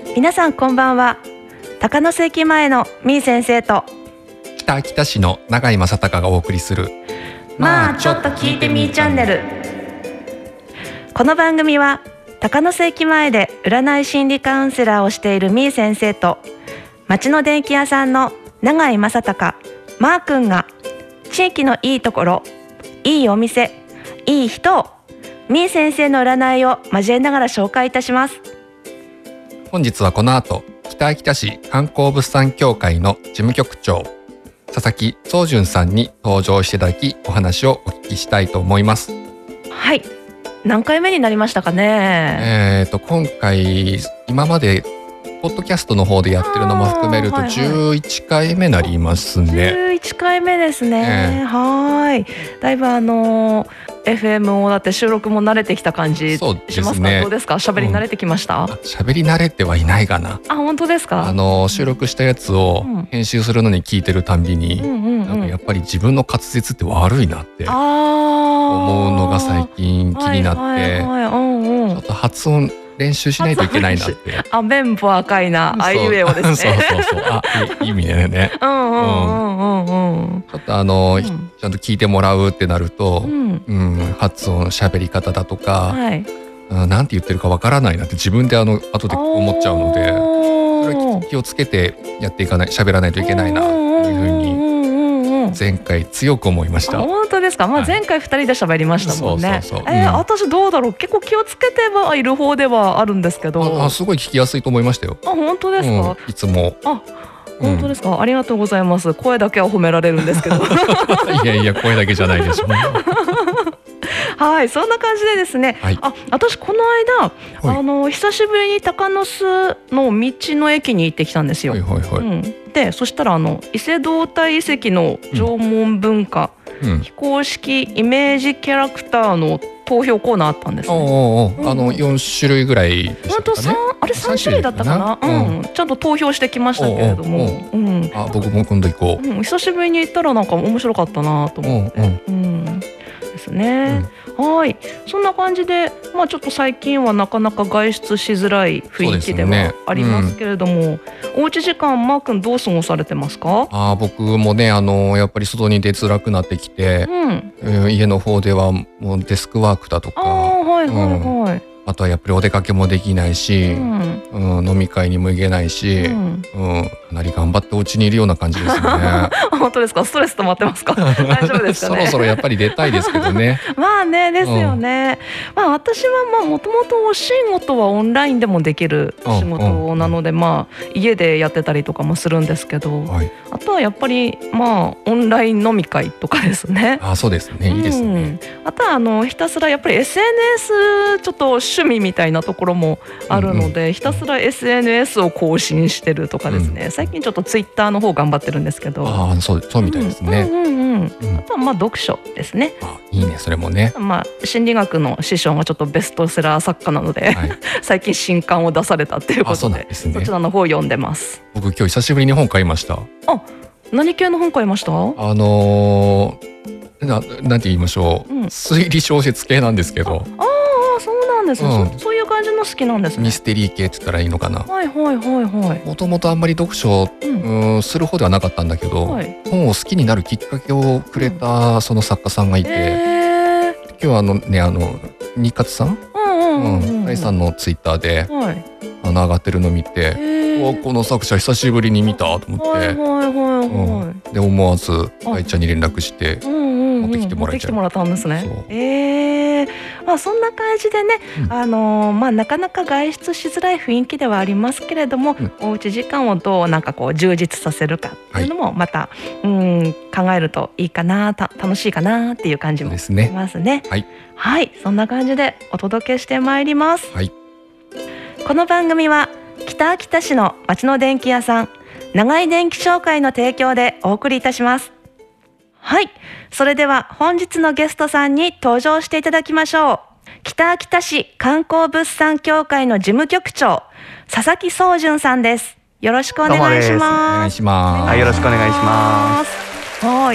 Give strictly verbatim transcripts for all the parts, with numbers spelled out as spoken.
皆さんこんばんは。高野瀬駅前のみー先生と北秋田市の永井正隆がお送りするまあちょっと聞いてみーチャンネル。この番組は高野瀬駅前で占い心理カウンセラーをしているみー先生と町の電気屋さんの永井正隆マー君が地域のいいところ、いいお店、いい人をみー先生の占いを交えながら紹介いたします。 本日はこの後北秋田市観光物産協会の事務局長佐々木宗純さんに登場していただきお話をお聞きしたいと思います。 はい、何回目になりましたかね。 えーと今回今までポッドキャストの方でやってるのも含めるとじゅういっかいめなりますね。 じゅういっかいめですね、えー、はい。だいぶあの エフエム もだって収録も慣れてきた感じしますか？どうですか？喋り慣れてきました？ 喋、うん、り慣れてはいないかな。 あ、本当ですか？ あの収録したやつを編集するのに聞いてるたんびに、うんうんうん、なんかやっぱり自分の滑舌って悪いなって思うのが最近気になって、はいはいはい、うんうん、ちょっと発音練習しないといけないなって。 あ、綿棒赤いな、あいうえおですね。 そうそうそう、あ、いい意味だよね。 うんうんうんうんうん。 ちょっとあの、うん、ちゃんと聞いてもらうってなると、うんうん、発音、喋り方だとか、はい、なんて言ってるかわからないなって自分であの後で思っちゃうので、それ気をつけてやっていかない、喋らないといけないなっていうふうに前回強く思いました。 本当ですか？まあ、前回ふたりで喋りましたもんね。 そうそうそう、 えーうん、 私どうだろう、結構気をつけてはいる方ではあるんですけど。 ああ、すごい聞きやすいと思いましたよ。 あ、本当ですか？うん、 いつも。 あ、本当ですか、うん、ありがとうございます。声だけは褒められるんですけどいやいや、声だけじゃないでしょはい、そんな感じでですね、はい、あ、私この間、はい、あの久しぶりに鷹巣の道の駅に行ってきたんですよ。はいはいはい、うん、でそしたらあの伊勢胴体遺跡の縄文文化、うん、非公式イメージキャラクターの投票コーナーあったんですね。 おーおー、うん、あのよんしゅるいぐらいでしたかね。あれさんしゅるいだったかな、うんうん、ちゃんと投票してきましたけれども、おーおー、うん、 あ、僕も今度行こう、 うん、久しぶりに行ったらなんか面白かったなと思って、うんうん、ですね、うん、はい。そんな感じで、まあ、ちょっと最近はなかなか外出しづらい雰囲気ではありますけれども、ね、うん、おうち時間マー君どう過ごされてますか？ あ、僕もね、あのやっぱり外に出づらくなってきて、うんえー、家の方ではもうデスクワークだとか、あ、はいはいはい、うん、あとはやっぱりお出かけもできないし、うんうん、飲み会にも行けないし、うんうん、かなり頑張ってお家にいるような感じですね本当ですか？ストレス溜まってますか？大丈夫ですかね？ そろそろやっぱり出たいですけどねまあね、ですよね、うん、まあ私はまあもともとお仕事はオンラインでもできる仕事なので、うんうん、まあ家でやってたりとかもするんですけど、はい、あとはやっぱりまあオンライン飲み会とかですね。 あ、そうですね、いいですね、うん、 あとはあのひたすらやっぱり エスエヌエス ちょっと趣味みたいなところもあるので、うんうん、ひたすら エスエヌエス を更新してるとかですね、うん、最近ちょっとツイッターの方頑張ってるんですけど。 あ、そう、そうみたいですね、うんうんうんうん、 あとはまあ読書ですね。 あ、いいね、それもね、 まあ、心理学の師匠がちょっとベストセラー作家なので、はい、最近新刊を出されたっていうことで、 そ, で、ね、そちらの方を読んでます。 僕今日久しぶりに本買いました。 あ、何系の本買いました？あのー、な, なんて言いましょう、うん、推理小説系なんですけど。 ああ、そうなんですね、うん、そ, そういう感じの好きなんですね。 ミステリー系って言ったらいいのかな。 はいはいはいはい。 もともとあんまり読書、うん、する方ではなかったんだけど、はい、本を好きになるきっかけをくれたその作家さんがいて、えー、今日はあのね、あの新勝さん、大さんのツイッターで、はい、あの上がってるのを見て、えー、この作者久しぶりに見たと思って、はいはいはいはい、うん、で思わず愛ちゃんに連絡して持ってきてもらっちゃう。持ってきてもらったんですね。えー、まあ、そんな感じでね、うん、あのーまあ、なかなか外出しづらい雰囲気ではありますけれども、うん、おうち時間をどうなんかこう充実させるかっていうのもまた、はい、うん考えるといいかな、た楽しいかなっていう感じもしますね。はい、はい、そんな感じでお届けしてまいります。はい、この番組は北秋田市の町の電気屋さん長井電気商会の提供でお送りいたします。はい、それでは本日のゲストさんに登場していただきましょう。北秋田市観光物産協会の事務局長佐々木宗純さんです。よろしくお願いします。 お願いします。 はい、よろしくお願いします。 はい、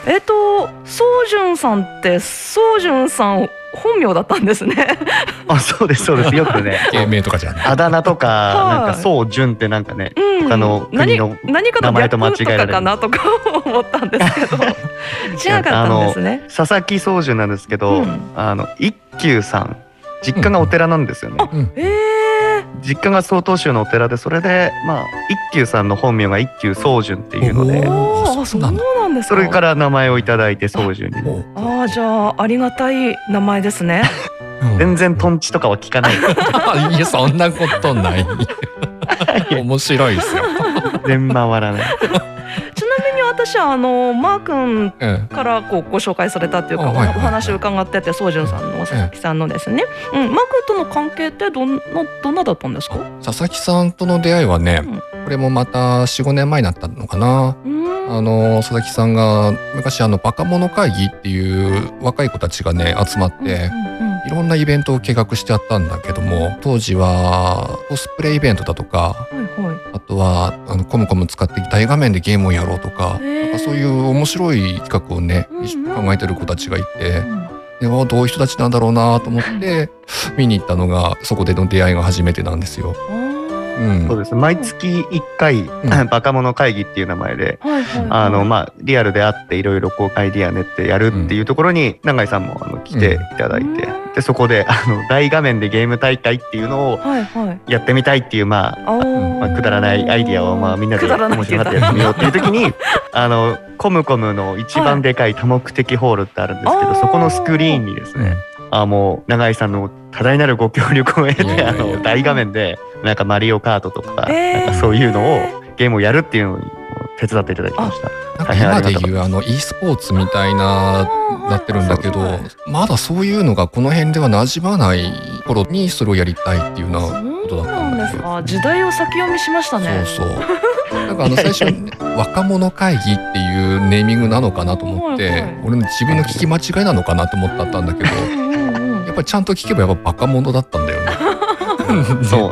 えっと宗純さんって宗純さん本名だったんですね。 あ、そうですそうです。よくね芸名とかじゃない、 あだ名とか、 はい、 なんか宗純ってなんかね、 うん、 他の国の名前と間違えられる何かの略とかかなとか思ったんですけど違かったんですね。 佐々木宗純なんですけど、うん、あの一休さん実家がお寺なんですよね。 うん、えー実家が曹洞宗のお寺で、それでまあ一休さんの本名が一休宗純っていうので、 あ、そうなんですか。 それから名前をいただいて宗純に。 ああ、じゃあありがたい名前ですね。 全然トンチとかは聞かない。 いや、そんなことない。面白いですよ。 全然回らない。 ちなみに私はあのマー君からこうご紹介されたっていうか、お話を伺ってて、宗純さんの佐々木さんのですね、うん、マー君との関係ってどんなどんなだったんですか？ 佐々木さんとの出会いはね、うん、これもまた よん,ご 年前になったのかな。あの佐々木さんが昔あのバカ者会議っていう若い子たちがね集まって、いろんなイベントを計画してあったんだけども、当時はコスプレイベントだとか、はいはい、あとはあのコムコム使って大画面でゲームをやろうとか、なんかそういう面白い企画をね、うんうん、考えてる子たちがいて、うん、でどういう人たちなんだろうなと思って見に行ったのが、そこでの出会いが初めてなんですよ。 うん、そうです。毎月いっかい、うん、バカ者会議っていう名前で、はいはいはい、あのまあリアルであっていろいろこうアイディア練ってやるっていうところに、永井さんもあの来ていただいて、うん、でそこであの大画面でゲーム大会っていうのをやってみたいっていう、まあ、まあくだらないアイディアをまあみんなで面白がってやってみようっていう時にあのコムコムの一番でかい多目的ホールってあるんですけど、はい、そこのスクリーンにですね、あもう永井さんの多大なるご協力を得て、あの大画面でなんかマリオカートとか、なんかそういうのをゲームをやるっていうのに手伝っていただきました。 なんか今でいうあの e スポーツみたいななってるんだけど、まだそういうのがこの辺では馴染まない頃にそれをやりたいっていうようなことだったんだけど、 時代を先読みしましたね。 そうそう。なんかあの最初に若者会議っていうネーミングなのかなと思って、はいはい、俺の自分の聞き間違いなのかなと思ったんだけど、やっぱりちゃんと聞けばやっぱバカ者だったんだよね。 そう、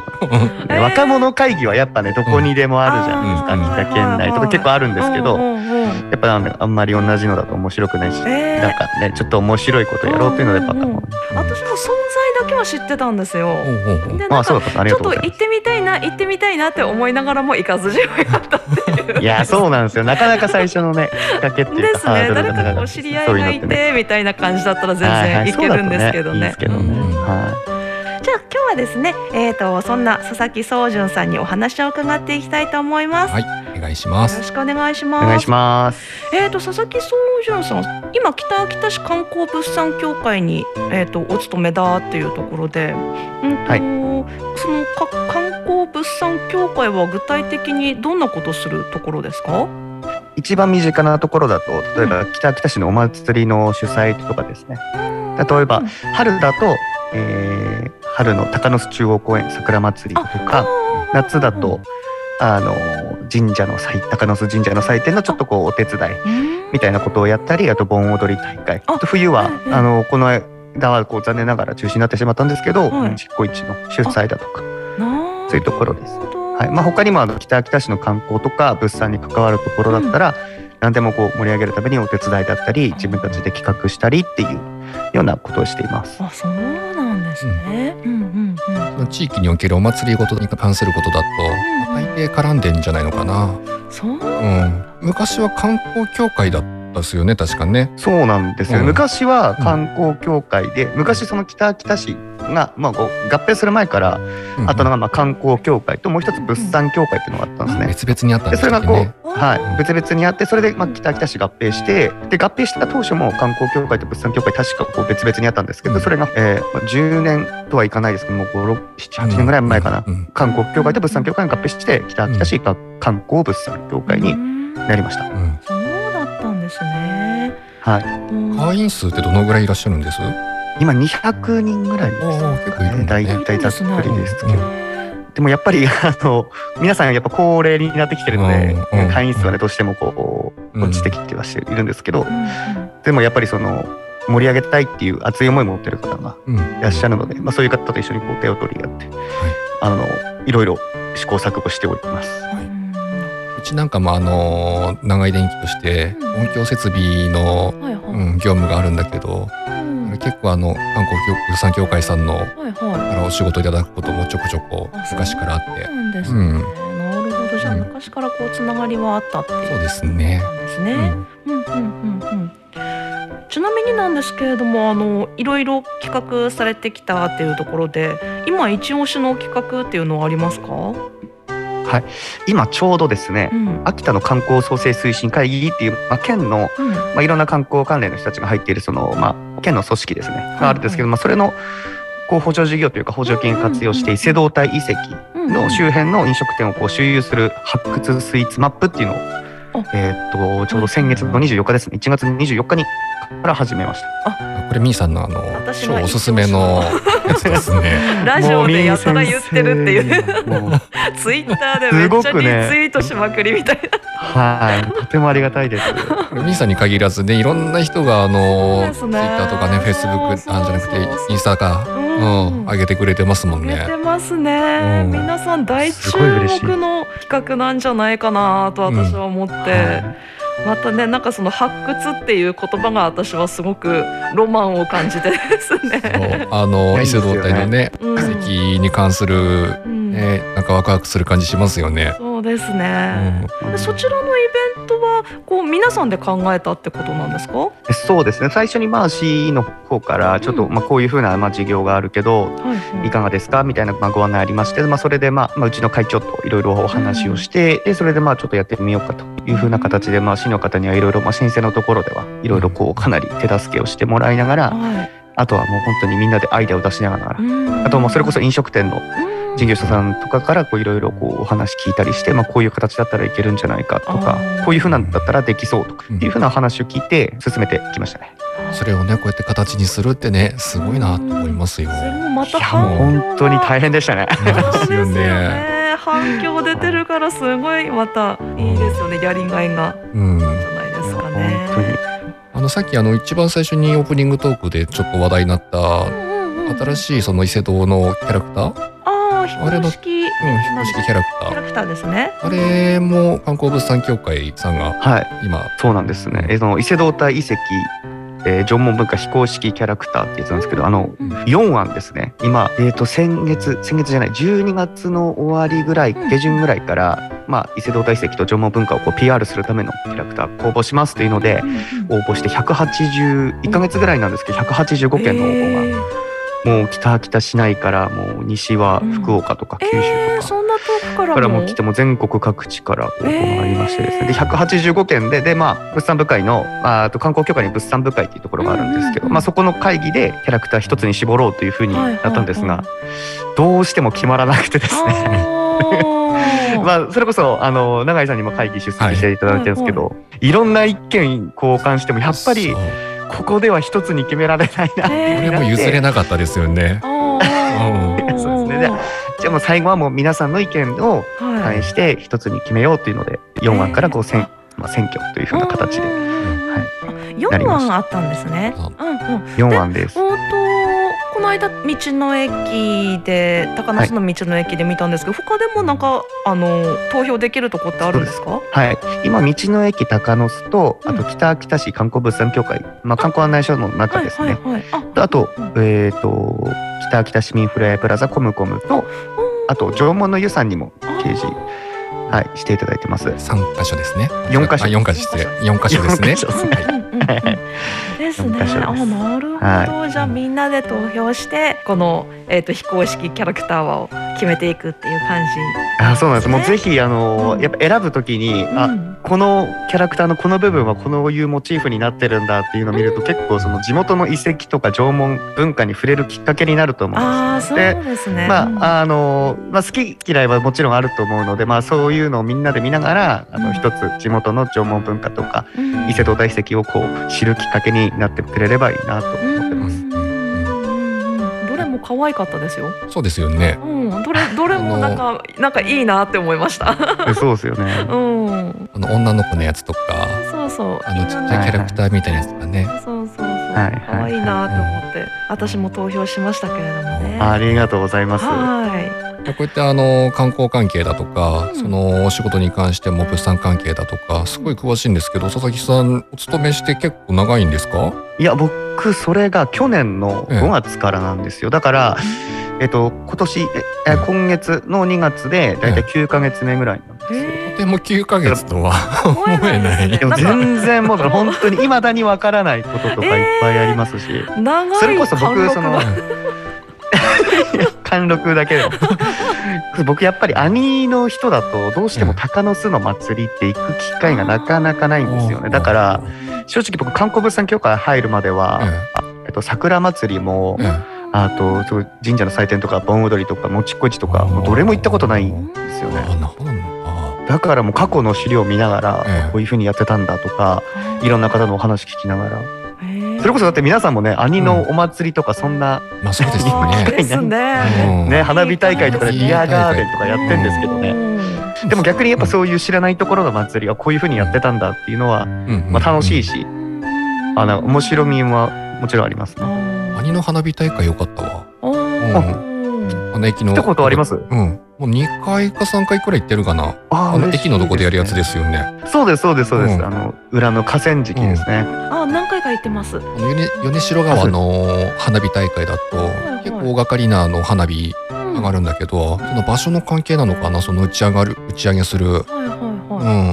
ね、若者会議はやっぱねどこにでもあるじゃないですか、秋田県内とか結構あるんですけど、やっぱあんまり同じのだと面白くないし、えー、なんかねちょっと面白いことやろうっていうのでバカ者、うん、 私も存在だけは知ってたんですよ。でなんかちょっと行ってみたいな行ってみたいなって思いながらも行かずじまいだったっていう。 いやそうなんですよ、なかなか最初のねきっかけっていうかですね、誰かこう知り合いがいてみたいな感じだったら全然行けるんですけどね。じゃあ今日はですね、えーと、そんな佐々木宗純さんにお話を伺っていきたいと思います。 はい、お願いします。 よろしくお願いします。 お願いします。 えーと、佐々木宗純さん、今北秋田市観光物産協会に、えーと、お勤めだっていうところで、うんと、はい、その観光物産協会は具体的にどんなことをするところですか？ 一番身近なところだと、例えば北秋田市のお祭りの主催とかですね、例えば春だと、えー、春の鷹巣中央公園桜祭りとか、夏だとあの神社の祭鷹巣神社の祭典のちょっとこうお手伝いみたいなことをやったり、あと盆踊り大会、あと冬はあのこの間はこう残念ながら中止になってしまったんですけど、実行市の主催だとかそういうところです。はい、まあ、他にもあの北秋田市の観光とか物産に関わるところだったら、うん、何でもこう盛り上げるためにお手伝いだったり自分たちで企画したりっていうようなことをしています。 あ、そうなんですね。うんうんうん、 その地域におけるお祭りごとに関することだと、うん、大抵絡んでんじゃないのかな。 そう、うん、 昔は観光協会だったですよね、確かね。 そうなんですよ、うん、昔は観光協会で、うん、昔その北秋田市が、まあ、合併する前からあったのが、まあ、観光協会ともう一つ物産協会っていうのがあったんですね。 別々にあったんですね。 でそれがこう、はい、別々にあって、それで、まあ、北秋田市合併して、で合併した当初も観光協会と物産協会確かこう別々にあったんですけど、それが、えー、じゅうねんとはいかないですけども、ご、ろく、なな、はちねんぐらい前かな、うんうん、観光協会と物産協会が合併して北秋田市観光物産協会になりました。うんうん、 そうだったんですね。 はい。 会員数ってどのぐらいいらっしゃるんです？ 今にひゃくにんぐらいです、ね。結構いるんだね。大体ざっくりですけど。でもやっぱりあの皆さんやっぱ高齢になってきてるので、会員数はねどうしてもこう落ちてきてはしているんですけど、でもやっぱりその盛り上げたいっていう熱い思いを持ってる方がいらっしゃるので、まあそういう方と一緒にこう手を取り合って、あのいろいろ試行錯誤しております。 うちなんかもあの長井電気として音響設備の、うんうん、業務があるんだけど、うん、結構あの観光物産協会さんのからお仕事いただくこともちょこちょこ昔からあって。 そうなんですね、うん、なるほど。じゃあ昔からこうつながりはあったっていう、 そうですね。 なんですね。うんうんうんうん。ちなみになんですけれども、あのいろいろ企画されてきたっていうところで、今一押しの企画っていうのはありますか？ はい、今ちょうどですね、うん、秋田の観光創生推進会議っていう、まあ、県の、うんまあ、いろんな観光関連の人たちが入っているその、まあ、県の組織ですね、はいはい、があるんですけど、まあ、それのこう補助事業というか補助金を活用して伊勢堂隊遺跡の周辺の飲食店をこう周遊する発掘スイーツマップっていうのを、えー、っとちょうど先月のにじゅうよっかですね、いちがつにじゅうよっかにから始めました。 あ、これみーさんのあの超おすすめのやつですね。 ラジオでやたら言ってるっていうもうツイッターでめっちゃリツイートしまくりみたいな、 はい、とてもありがたいです。 みーさんに限らずね、いろんな人があのツイッターとかね、フェイスブックあじゃなくてインスタか、うん、上げてくれてますもんね。 上げてますね、うん、皆さん大注目の企画なんじゃないかなと私は思って、うんはい、またね、なんかその発掘っていう言葉が私はすごくロマンを感じてですね。 あの伊勢堂隊のね、遺跡に関する、うんね、なんかワクワクする感じしますよね。 そうですね、うん、でそちらのイベントはこう皆さんで考えたってことなんですか？ そうですね、最初にまあ市の方からちょっとまあこういうふうなまあ事業があるけど、うん、いかがですかみたいなまあご案内ありまして、まあ、それでまあまあうちの会長といろいろお話をして、うん、でそれでまあちょっとやってみようかというふうな形で、まあ市の方にはいろいろ申請のところではいろいろこうかなり手助けをしてもらいながら、はい、あとはもう本当にみんなでアイデアを出しながら、うん、あともうそれこそ飲食店の事業者さんとかからいろいろお話聞いたりして、まあ、こういう形だったらいけるんじゃないかとか、こういうふうなんだったらできそうとかっていうふうな話を聞いて進めてきましたね。 それをねこうやって形にするってね、すごいなと思いますよ。それもまたいやもう本当に大変でしたね。 そうですよね。反響出てるからすごいまたいいですよね、やりがいが、うん、じゃないですかね。 本当にあのさっきあの一番最初にオープニングトークでちょっと話題になった新しいその伊勢堂のキャラクター、 あれの非公式、 うん、非公式キャラクターキャラクターですね。 あれも観光物産協会さんが今、 はい、そうなんですね。えの伊勢堂隊遺跡、えー、縄文文化非公式キャラクターってやつなんですけど、あの、うん、よんわんですね。今、えー、と先月先月じゃないじゅうにがつの終わりぐらい、うん、下旬ぐらいから、まあ、伊勢堂隊遺跡と縄文文化をこう ピーアール するためのキャラクター公募しますというので、うん、応募してひゃくはちじゅういっかげつぐらいなんですけどひゃくはちじゅうごけんの応募が。もう北秋田市内からもう西は福岡とか九州とか、 うんえー、そんな遠くからもからも来ても全国各地から応募がありましてですね、えー、でひゃくはちじゅうごけんでで、まあ、物産部会のあと観光協会に物産部会っていうところがあるんですけど、うんうんうんまあ、そこの会議でキャラクター一つに絞ろうというふうになったんですが、はいはいはい、どうしても決まらなくてですねまあそれこそあの永井さんにも会議出席していただいてるんですけど、はいはいはい、いろんな意見交換してもやっぱりここでは一つに決められないなっていう。 これも譲れなかったですよね。 そうですね。じゃあ、じゃあもう最後はもう皆さんの意見を反映して一つに決めようというので、よんわんからこう選、まあ、選挙というふうな形で、はい、 よんわんあったんですね。 うんうん、よんわんです。 この間道の駅で高梨の道の駅で見たんですけど、はい、他でもなんかあの投票できるとこってあるんですか？ はい、今道の駅高梨とあと北秋田市観光物産協会、うんまあ、観光案内所の中ですね。あ、はいはいはい、あ, あと、うん、えっ、ー、と北秋田市民フライプラザコムコムと、あと縄文の湯さんにも掲示はいしていただいてます。 さんかしょですね。 よんかしょ。 よんかしょ失礼。よんかしょですね。 ですね。あ、なるほど、はい。じゃあみんなで投票してこの、えー、と非公式キャラクターを決めていくっていう感じ、ね。 あ、そうなんです。もうぜひあの、うん、やっぱ選ぶときに、うん、あ、このキャラクターのこの部分はこのいうモチーフになってるんだっていうのを見ると、うん、結構その地元の遺跡とか縄文文化に触れるきっかけになると思うんです。 あ、そうですね。 まああのまあ好き嫌いはもちろんあると思うので、まあそういうのをみんなで見ながら、あの一つ地元の縄文文化とか、うん、伊勢堂大遺跡をこう知るきっかけになってくれればいいなと思ってます。うんどれも可愛かったですよ。 そうですよね。 うん、どれどれもなんかなんかいいなって思いました。 そうですよね。 うん。 あの女の子のやつとか、 そうそう。 あのちっちゃいキャラクターみたいなやつとかね。 そうそうそう。 はい可愛いなと思って、私も投票しましたけれどもね。 ありがとうございます。 はいこうやってあの観光関係だとか、うん、そのお仕事に関しても物産関係だとかすごい詳しいんですけど、佐々木さんお勤めして結構長いんですか？ いや僕それが去年のごがつからなんですよ。だからえっと今年え今月のにがつでだいたいきゅうかげつめぐらいなんですよ。 とてもきゅうかげつとは思えない。 でも全然もう本当に未だにわからないこととかいっぱいありますし、えー、それこそ僕その貫禄だけでも僕やっぱり兄の人だとどうしても鷹の巣の祭りって行く機会がなかなかないんですよね。だから正直僕観光物産協会入るまでは、えっと、桜祭りも、あと神社の祭典とか盆踊りとかもちっこ市とかもうどれも行ったことないんですよね。だからもう過去の資料を見ながらこういう風にやってたんだとかいろんな方のお話聞きながら、それこそだって皆さんもね兄のお祭りとかそんな、 まあそうですよね。 ですね。ね花火大会とかでビアガーデンとかやってんですけどね。でも逆にやっぱそういう知らないところの祭りはこういう風にやってたんだっていうのはまあ楽しいし、あの面白みはもちろんありますね。 兄の花火大会良かったわ。あの駅の。 行ったことあります？ うん。もうにかいかさんかいくらい行ってるかな。あの駅のとこでやるやつですよね。 そうですそうですそうです。あの裏の河川敷ですね。 あ何回か行ってます。 米代川の花火大会だと結構大掛かりなあの花火上がるんだけど、その場所の関係なのかな、その打ち上がる打ち上げする。うん。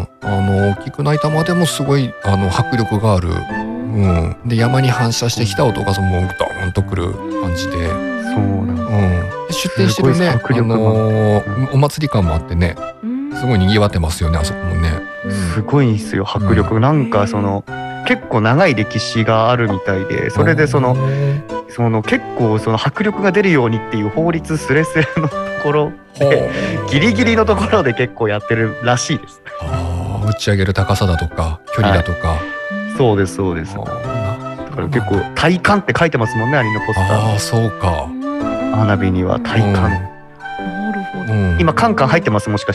あの大きくない玉でもすごいあの迫力がある。うん、で山に反射してきた音がもうドーンとくる感じで、 そうなんだ、 うん、出店してるね、あのー、お祭り感もあってね、すごい賑わってますよねあそこもね。 すごいんですよ迫力、うん、なんかその結構長い歴史があるみたいで、それでそのその結構その迫力が出るようにっていう法律スレスレのところでギリギリのところで結構やってるらしいです。 あ打ち上げる高さだとか距離だとか、はい、 そうですそうです。だから結構体感って書いてますもんね兄のポスター。 ああそうか。 花火には体感。なるほど。今カンカン入ってます？もしかして。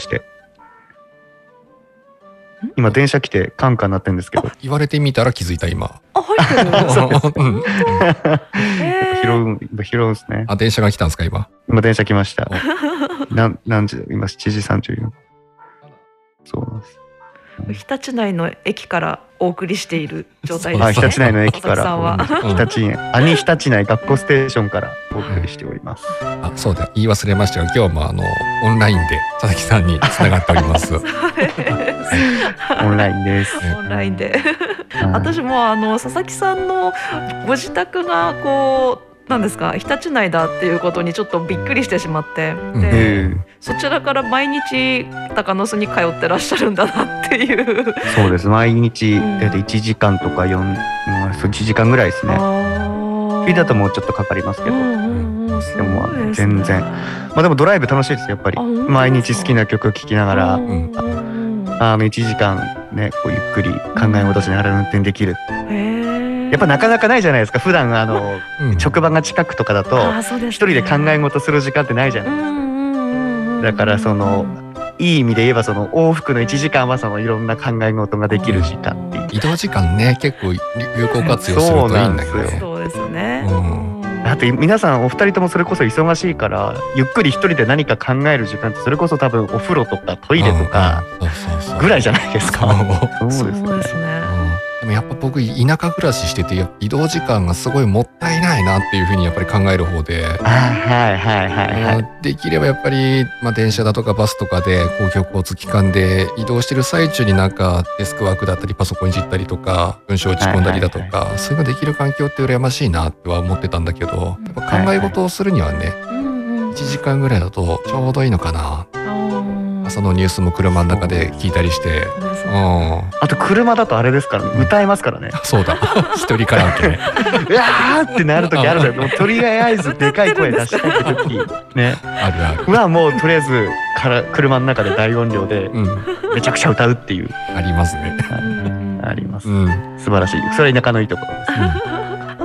今電車来てカンカンなってるんですけど。 言われてみたら気づいた今。 あ入ってる。 そうです。拾う今拾うんですね。 あ電車が来たんですか今。 今電車来ました。なん何時今しちじさんじゅうよん。そうなんです。 日立内の駅からお送りしている状態ですね。 あ、日立内の駅から、日立兄日立内学校ステーションからお送りしております。 あ、そうだ、言い忘れましたが、今日もあのオンラインで佐々木さんにつながっております。オンラインです。 オンラインで。私もあの佐々木さんのご自宅がこう。なんですか、日立内だっていうことにちょっとびっくりしてしまって、で、うん、そちらから毎日鷹の巣に通ってらっしゃるんだなっていう。 そうです、毎日大体いちじかんとかよん、いちじかんぐらいですね。冬だともうちょっとかかりますけど、うんうんうん、でも全然、まあでもドライブ楽しいですやっぱり。毎日好きな曲聴きながら、うん、あのいちじかんねこうゆっくり考え事しながら運転できる。やっぱなかなかないじゃないですか。普段あの、うん、職場が近くとかだと一人で考え事する時間ってないじゃないですか。だからそのいい意味で言えばその往復のいちじかんはそのいろんな考え事ができる時間っていう。 移動時間ね結構有効活用するといいんだけど。 そうですね。 だって皆さんお二人ともそれこそ忙しいからゆっくり一人で何か考える時間ってそれこそ多分お風呂とかトイレとかぐらいじゃないですか。 そうですね。 でもやっぱ僕田舎暮らししてて移動時間がすごいもったいないなっていうふうにやっぱり考える方で、 はいはいはいはい、 できればやっぱり、まあ、電車だとかバスとかで公共交通機関で移動してる最中になんかデスクワークだったりパソコンいじったりとか文章打ち込んだりだとか、はいはいはい、そういうのできる環境って羨ましいなっては思ってたんだけど、やっぱ考え事をするにはね、はいはい、いちじかんぐらいだとちょうどいいのかな。朝のニュースも車の中で聞いたりして、うん、 あと車だとあれですからね、歌えますからね。 そうだ一人カラオケね。 うわーってなる時あるのよ。とりあえずでかい声出したい時ね。あるある。まあもうとりあえずから車の中で大音量でめちゃくちゃ歌うっていう。 ありますね。 あります。素晴らしい。それは田舎のいいところです。 あ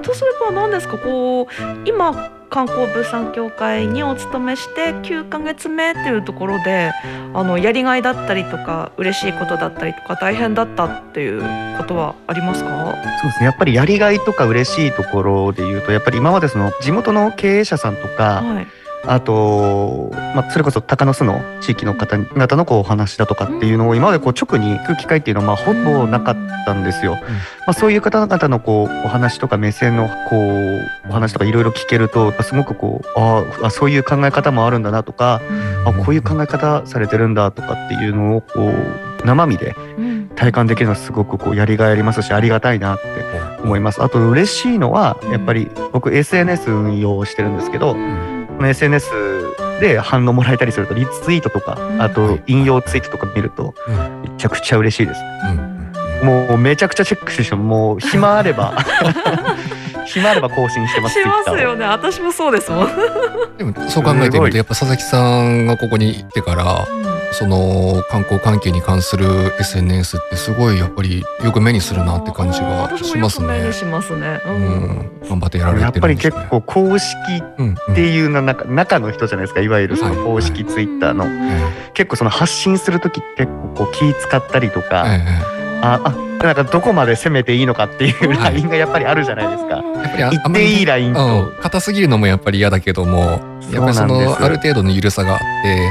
とすれば何ですか、こう今観光物産協会にお勤めしてきゅうかげつめっていうところで、あのやりがいだったりとか嬉しいことだったりとか大変だったっていうことはありますか？ そうですね、やっぱりやりがいとか嬉しいところでいうと、やっぱり今までその地元の経営者さんとか、はい、あと、まあ、それこそ鷹巣の地域の方々のこうお話だとかっていうのを今までこう直に聞く機会っていうのはまあほぼなかったんですよ。うん、まあ、そういう方々のこうお話とか目線のこうお話とかいろいろ聞けると、すごくこうああそういう考え方もあるんだなとか、あこういう考え方されてるんだとかっていうのをこう生身で体感できるのはすごくこうやりがいありますし、ありがたいなって思います。あと嬉しいのはやっぱり僕 エスエヌエス 運用してるんですけど、エスエヌエス で反応もらえたりするとリツイートとか、あと引用ツイートとか見るとめちゃくちゃ嬉しいです。うん、もうめちゃくちゃチェックしてもう暇あれば暇あれば更新してます。 しますよね。私もそうですもん。 でもそう考えてみるとやっぱ佐々木さんがここに行ってから、うん、その観光関係に関する エスエヌエス ってすごいやっぱりよく目にするなって感じがしますね。 私もよく目にしますね。うんうん、頑張ってやられてるんですね。 やっぱり結構公式っていうの中、中の人じゃないですか、いわゆるその公式ツイッターの、はい、結構その発信する時結構こう気使ったりとか、はい、ああなんかどこまで攻めていいのかっていうラインがやっぱりあるじゃないですか。やっぱり言っていいラインと、 うん、硬すぎるのもやっぱり嫌だけども、やっぱりそのある程度の緩さがあって、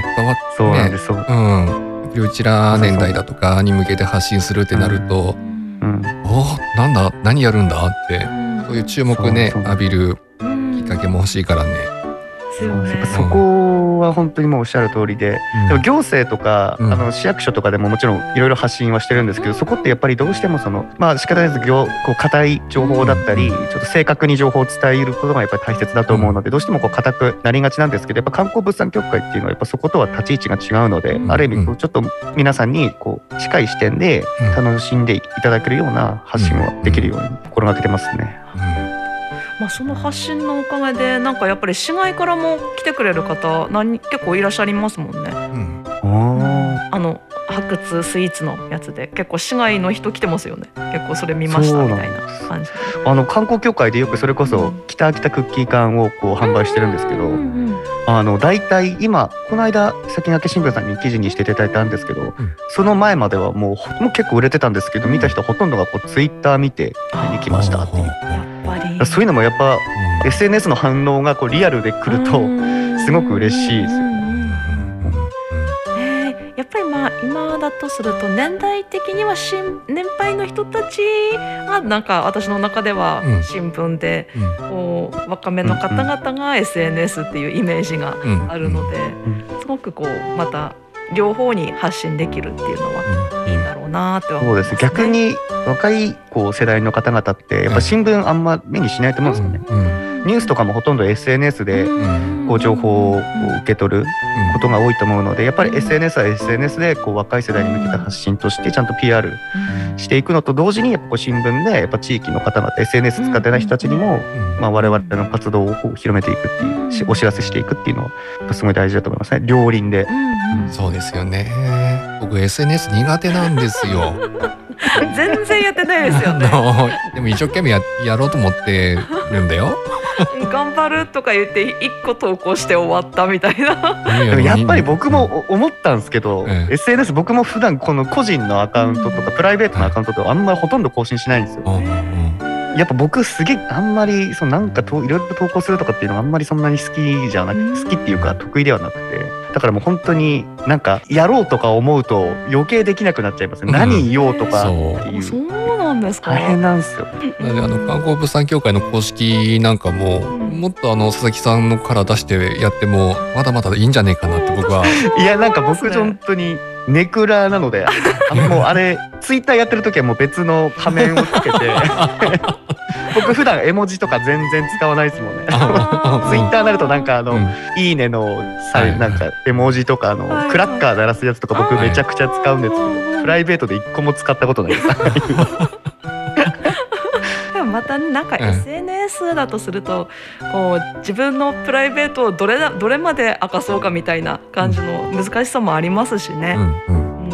そうなんです。 ね、うん、やっぱりうちら年代だとかに向けて発信するってなると、うん、おなんだ何やるんだって、そういう注目ね浴びるきっかけも欲しいからね。 そこは本当にもうおっしゃる通りで、うん、でも行政とか、うん、あの市役所とかでももちろんいろいろ発信はしてるんですけど、そこってやっぱりどうしてもそのまあ仕方ないですけど、こう固い情報だったり、うん、ちょっと正確に情報を伝えることがやっぱり大切だと思うので、どうしてもこう固くなりがちなんですけど、やっぱ観光物産協会っていうのはやっぱそことは立ち位置が違うので、うん、ある意味こうちょっと皆さんにこう近い視点で楽しんでいただけるような発信をできるように心がけてますね。うん、 まあ、その発信のおかげでなんかやっぱり市外からも来てくれる方何結構いらっしゃいますもんね。うん、あの発掘スイーツのやつで結構市外の人来てますよね。結構それ見ましたみたいな感じで、 あの観光協会でよくそれこそ北秋田クッキー缶をこう販売してるんですけど、あのだいたい今この間先駆け新聞さんに記事にしていただいたんですけど、うん、その前まではもう、もう結構売れてたんですけど、見た人ほとんどがこうツイッター見て買いに来ましたっていう、そういうのもやっぱ、うん、エスエヌエス の反応がこうリアルで来るとすごく嬉しいですよね。 やっぱりまあ今だとすると年代的には新年配の人たちがなんか私の中では新聞でこう若めの方々が エスエヌエス っていうイメージがあるので、すごくこうまた両方に発信できるっていうのはいいんだろうなって思いますね。 そうです。逆に若いこう世代の方々ってやっぱ新聞あんま目にしないと思うんですよね。うんニュースとかもほとんど エスエヌエス でこう情報を受け取ることが多いと思うので、やっぱり エスエヌエス は エスエヌエス でこう若い世代に向けた発信としてちゃんと ピーアール していくのと同時に、やっぱこう新聞でやっぱ地域の方々 エスエヌエス 使ってない人たちにもまあ我々の活動をこう広めていくっていう、お知らせしていくっていうのはやっぱすごい大事だと思いますね。両輪で。 うん、そうですよね。僕 エスエヌエス 苦手なんですよ。 全然やってないですよね。 でも一生懸命 や, やろうと思ってるんだよ。 頑張るとか言って一個投稿して終わったみたいな。 でもやっぱり僕も思ったんですけど、ええ、エスエヌエス 僕も普段この個人のアカウントとかプライベートのアカウントとかあんまりほとんど更新しないんですよ。やっぱ僕すげえあんまりそのなんかといろいろ投稿するとかっていうのがあんまりそんなに好きじゃなくて、好きっていうか得意ではなくて、だからもう本当になんかやろうとか思うと余計できなくなっちゃいますね。うん、何言おうとかっていう。 そうなんですか。 大変なんですよ。 あの観光物産協会の公式なんかも、うん、もっとあの佐々木さんのから出してやってもまだまだいいんじゃねえかなって僕は。 いやなんか僕本当にネクラなので、あのもうあれツイッターやってる時はもう別の仮面をつけて僕普段絵文字とか全然使わないですもんね。ツイッターになるとなんかあの、うん、いいねのさなんか絵文字とかあの、はい、クラッカー鳴らすやつとか僕めちゃくちゃ使うんですけど、はい、プライベートで一個も使ったことないです。 でもまたなんか エスエヌエス だとするとこう自分のプライベートをどれだどれまで明かそうかみたいな感じの難しさもありますしね。うんうんうん、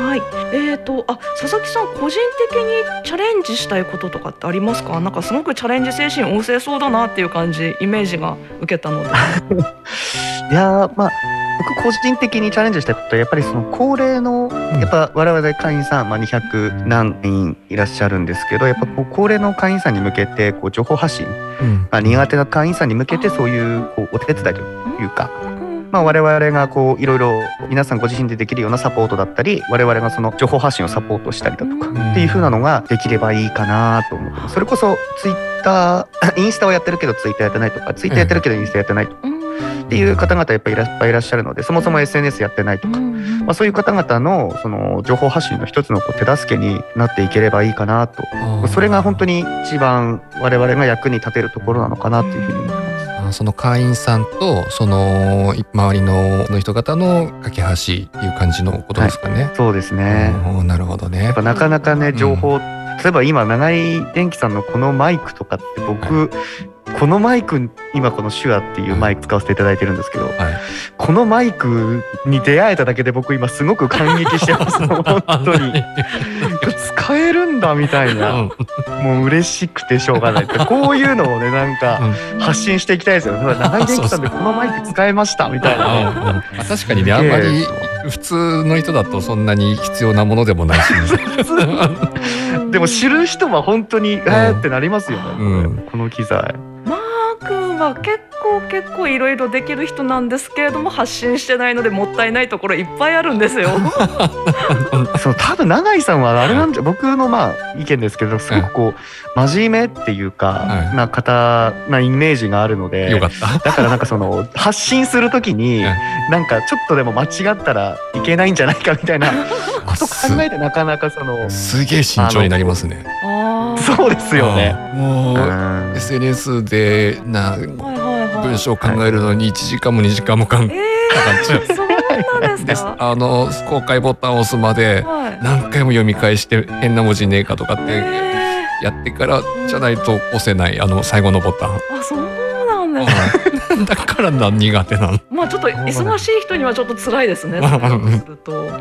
はい。えーとあ佐々木さん、個人的にチャレンジしたいこととかってありますか？なんかすごくチャレンジ精神旺盛そうだなっていう感じ、イメージが受けたのでいやーまあ僕個人的にチャレンジしたいことはやっぱりその高齢のやっぱ我々会員さん、まあ、にひゃくなんにんいらっしゃるんですけど、やっぱこう高齢の会員さんに向けてこう情報発信、うんまあ、苦手な会員さんに向けてそういうこうお手伝いというか、まあ、我々がこういろいろ皆さんご自身でできるようなサポートだったり、我々がその情報発信をサポートしたりだとかっていう風なのができればいいかなと思って、それこそツイッターインスタをやってるけどツイッターやってないとか、ツイッターやってるけどインスタやってないとかっていう方々やっぱりいらっぱいいらっしゃるので、そもそも エスエヌエス やってないとか、まあ、そういう方々のその情報発信の一つのこう手助けになっていければいいかなと、それが本当に一番我々が役に立てるところなのかなというふうに思います。 その会員さんとその周りの人方の架け橋っていう感じのことですかね。 はい、そうですね。 なるほどね。 やっぱなかなかね情報、うん、例えば今長井電機さんのこのマイクとかって僕、はい、このマイク今この手話っていうマイク使わせていただいてるんですけど、はい、このマイクに出会えただけで僕今すごく感激してます本当に使えるんだみたいな、うん、もう嬉しくてしょうがないこういうのをねなんか発信していきたいですよ。長井電機さんでこのマイク使えましたみたいな、ね、 確かにね、あんまり普通の人だとそんなに必要なものでもないし、 でも知る人は本当にえーってなりますよね、うん、この機材。 マー君は結構結構いろいろできる人なんですけれども、発信してないのでもったいないところいっぱいあるんですよそう多分永井さんはあれなんじゃ、僕のまあ意見ですけど、すごくこう真面目っていうか、はい、な方なイメージがあるので、 よかっただからなんかその発信するときになんかちょっとでも間違ったらいけないんじゃないかみたいなこと考えて、なかなかそのすげえ慎重になりますね。 そうですよね。 もう エスエヌエス でな文章を考えるのにいちじかんもにじかんもかかっちゃう、 えー、そうなんですか。 あの公開ボタンを押すまで何回も読み返して変な文字ねえかとかってやってからじゃないと押せない、あの最後のボタン。 あ、そうなんですね。だからな苦手なの。 まあちょっと忙しい人にはちょっと辛いですね。それをすると、うん、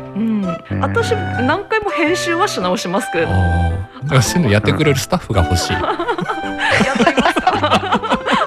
私何回も編集はし直しますけれども、 だからそういうのやってくれるスタッフが欲しい。やってみますか。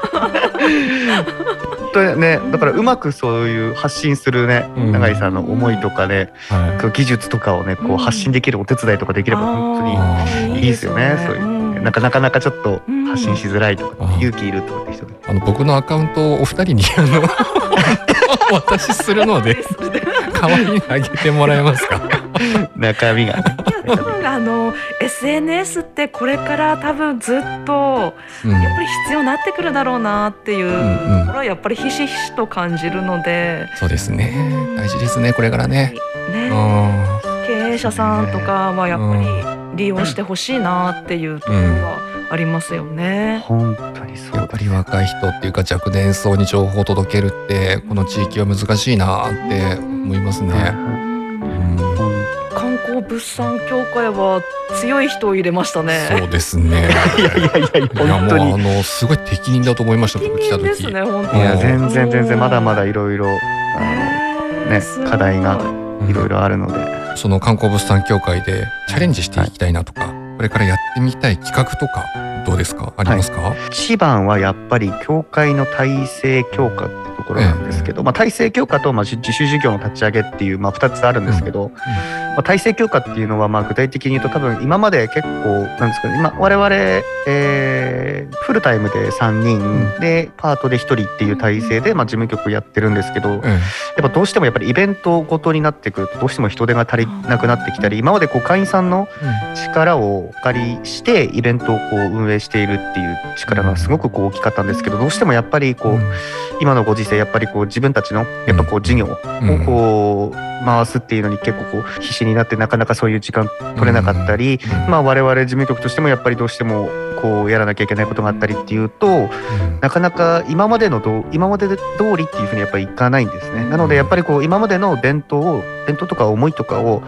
ね、だからうまくそういう発信するね、永井さんの思いとかね、はい、技術とかをねこう発信できるお手伝いとかできれば本当にいいですよね。そういう、なんかなかなかちょっと発信しづらいとか、勇気いるとかって人が、 あの僕のアカウントをお二人にあのお渡しするので代わりにあげてもらえますか。 中身が、ね、 多分あの エスエヌエス ってこれから多分ずっとやっぱり必要になってくるだろうなっていうところはやっぱりひしひしと感じるので、 そうですね、大事ですねこれからね。 ね、経営者さんとかはやっぱり利用してほしいなっていうところはありますよね。 本当にそう。 やっぱり若い人っていうか若年層に情報を届けるってこの地域は難しいなって思いますね。 観光物産協会は強い人を入れましたね。 そうですね。 いやいやいや本当に、 いやもうあのすごい適任だと思いました。僕来た時。 ですね本当に。 いや全然全然まだまだいろいろね課題がいろいろあるので、 うん、その観光物産協会でチャレンジしていきたいなとか、はい、これからやってみたい企画とかどうですか、ありますか？はい、 一番はやっぱり協会の体制強化ってところなんですけど、ええまあ、体制強化とまあ自主事業の立ち上げっていうまあふたつあるんですけど、うんうんまあ、体制強化っていうのはまあ具体的に言うと多分今まで結構なんですかね、今我々、えー、フルタイムでさんにんでパートでひとりっていう体制でまあ事務局やってるんですけど、うん、やっぱどうしてもやっぱりイベントごとになってくるとどうしても人手が足りなくなってきたり、今までこう会員さんの力をお借りしてイベントをこう運営しているっていう力がすごくこう大きかったんですけど、どうしてもやっぱりこう今のご時世やっぱりこう自分たちのやっぱこう事業をこう回すっていうのに結構こう必死になってなかなかそういう時間取れなかったり、まあ我々事務局としてもやっぱりどうしてもこうやらなきゃいけないことがあったりっていうと、なかなか今までのど今まで通りっていうふうにやっぱりいかないんですね。なのでやっぱりこう今までの伝統を伝統とか思いとかを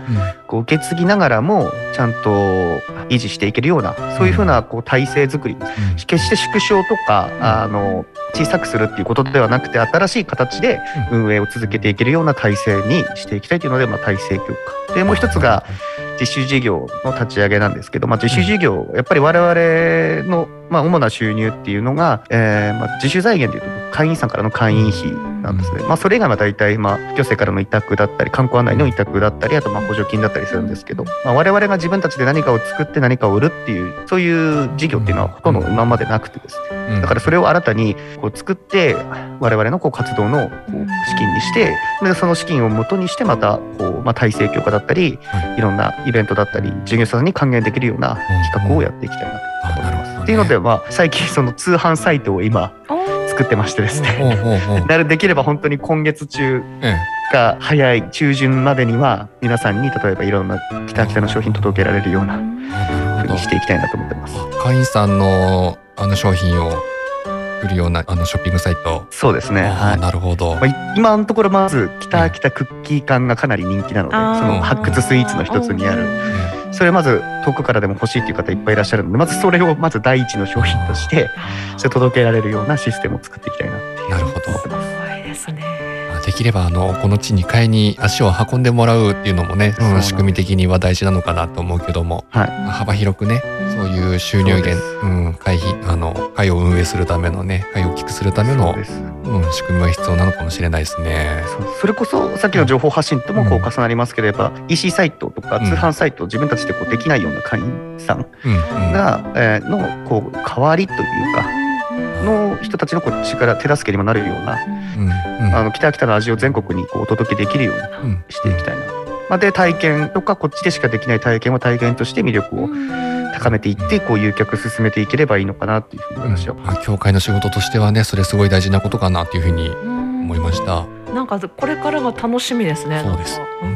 こう受け継ぎながらもちゃんと維持していけるようなそういうふうなこう体制作り、決して縮小とかあの小さくするっていうことではなくて、新しい形で運営を続けていけるような体制にしていきたいというので、まあ、体制強化で、もう一つが自主事業の立ち上げなんですけど、まあ、自主事業やっぱり我々のまあ主な収入っていうのが、えー、まあ自主財源というと会員さんからの会員費なんですね。まあ、それ以外は大体まあ行政からの委託だったり観光案内の委託だったり、あとまあ補助金だったりするんですけど、まあ、我々が自分たちで何かを作って何かを売るっていうそういう事業っていうのはほとんど今までなくてですね、だからそれを新たにこう作って我々のこう活動のこう資金にして、でその資金を元にしてまたこうまあ体制強化だったりいろんなイベントだったり事業者さんに還元できるような企画をやっていきたいなと思います。っていうので、まあ、最近その通販サイトを今作ってましてですねなるできれば本当に今月中が早い中旬までには皆さんに例えばいろんな北北の商品届けられるようなふうにしていきたいなと思ってます。 会員さんのあの商品を売るようなあのショッピングサイト。 そうですね、 はい、なるほど。 まあ、今のところまず北北クッキー缶がかなり人気なので、その発掘スイーツの一つにあるそれまず遠くからでも欲しいという方いっぱいいらっしゃるので、まずそれをまず第一の商品としてそれ届けられるようなシステムを作っていきたいなっていう。 なるほど。 すごいですね。 できればあのこの地に買いに足を運んでもらうっていうのもね、その仕組み的には大事なのかなと思うけども、はい、幅広くね、そういう収入源、うん、会費あの会を運営するためのね、会を大きくするための、うん、仕組みは必要なのかもしれないですね。 そ, それこそさっきの情報発信ともこう重なりますけど、やっぱ イーシー サイトとか通販サイトを自分たちでこうできないような会員さんが、うんうんえー、のこう代わりというかの人たちのこっちから手助けにもなるような、うんうん、あの北北の味を全国にこうお届けできるようにしていきたいな、うんまあ、で体験とかこっちでしかできない体験を体験として魅力を高めていってこう誘客進めていければいいのかなっていうふうに私は、 うん、協会の仕事としてはね、それすごい大事なことかなっていうふうに思いました。 なんかこれからが楽しみですね。 そうです、うん、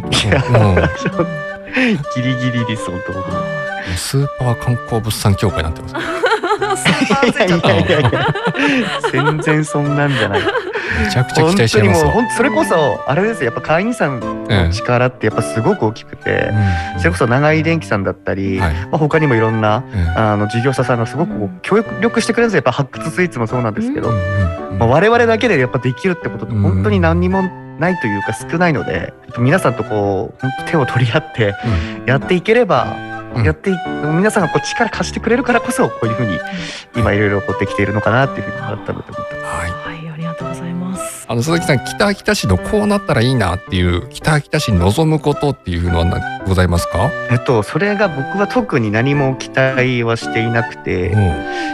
ギリギリです本当僕もスーパー観光物産協会になってますいやいやいやいや全然そんなんじゃない。 めちゃくちゃ期待してますわ。 本当にもうそれこそあれですよ、やっぱ会員さんの力ってやっぱすごく大きくて、うん、それこそ長井電機さんだったり、うんまあ、他にもいろんな、うん、あの事業者さんがすごくこう協力してくれるんですよ。やっぱ発掘スイーツもそうなんですけど、うんまあ、我々だけでやっぱできるってことって本当に何にもないというか少ないので、皆さんとこう本当手を取り合ってやっていければ、うん、やって皆さんがこう力貸してくれるからこそこういうふうに今いろいろこうできているのかなっていうふうに改めて思ってます。 はい、 はい、ありがとうございます。 あの佐々木さん、北秋田市のこうなったらいいなっていう北秋田市に望むことっていうのはございますか？ えっとそれが僕は特に何も期待はしていなくて、うん、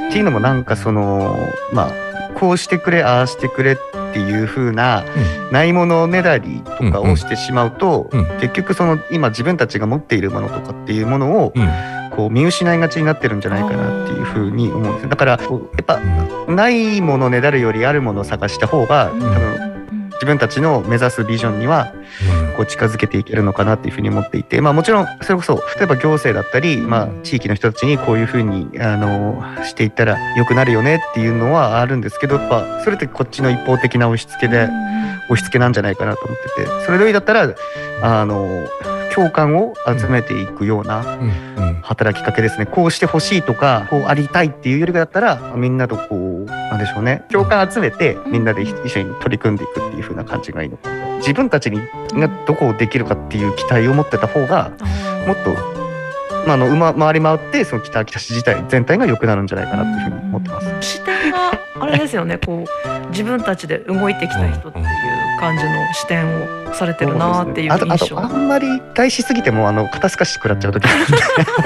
っていうのもなんかそのまあこうしてくれああしてくれっていう風なないものねだりとかをしてしまうと、うんうん、結局その今自分たちが持っているものとかっていうものを、うんこう見失いがちになってるんじゃないかなっていうふうに思うんですよ。だからやっぱないものねだるよりあるものを探した方が多分自分たちの目指すビジョンにはこう近づけていけるのかなっていうふうに思っていて、まあもちろんそれこそ例えば行政だったり、まあ地域の人たちにこういうふうにあのしていったら良くなるよねっていうのはあるんですけど、やっぱそれってこっちの一方的な押し付けで押し付けなんじゃないかなと思ってて、それでいいだったらあの共感を集めていくような働きかけですね。こうしてほしいとかこうありたいっていうよりだったらみんなとこうなんでしょうね、共感集めてみんなで一緒に取り組んでいくっていう風な感じがいいのかな。自分たちにがどこをできるかっていう期待を持ってた方がもっと、まあ、あの馬回り回ってその北秋田市自体全体が良くなるんじゃないかなっていう風に思ってます。 視点があれですよねこう自分たちで動いてきた人っていう感じの視点をされてるなっていう印象。 あと、あとあんまり期待しすぎてもあの肩透かし食らっちゃう時あるんで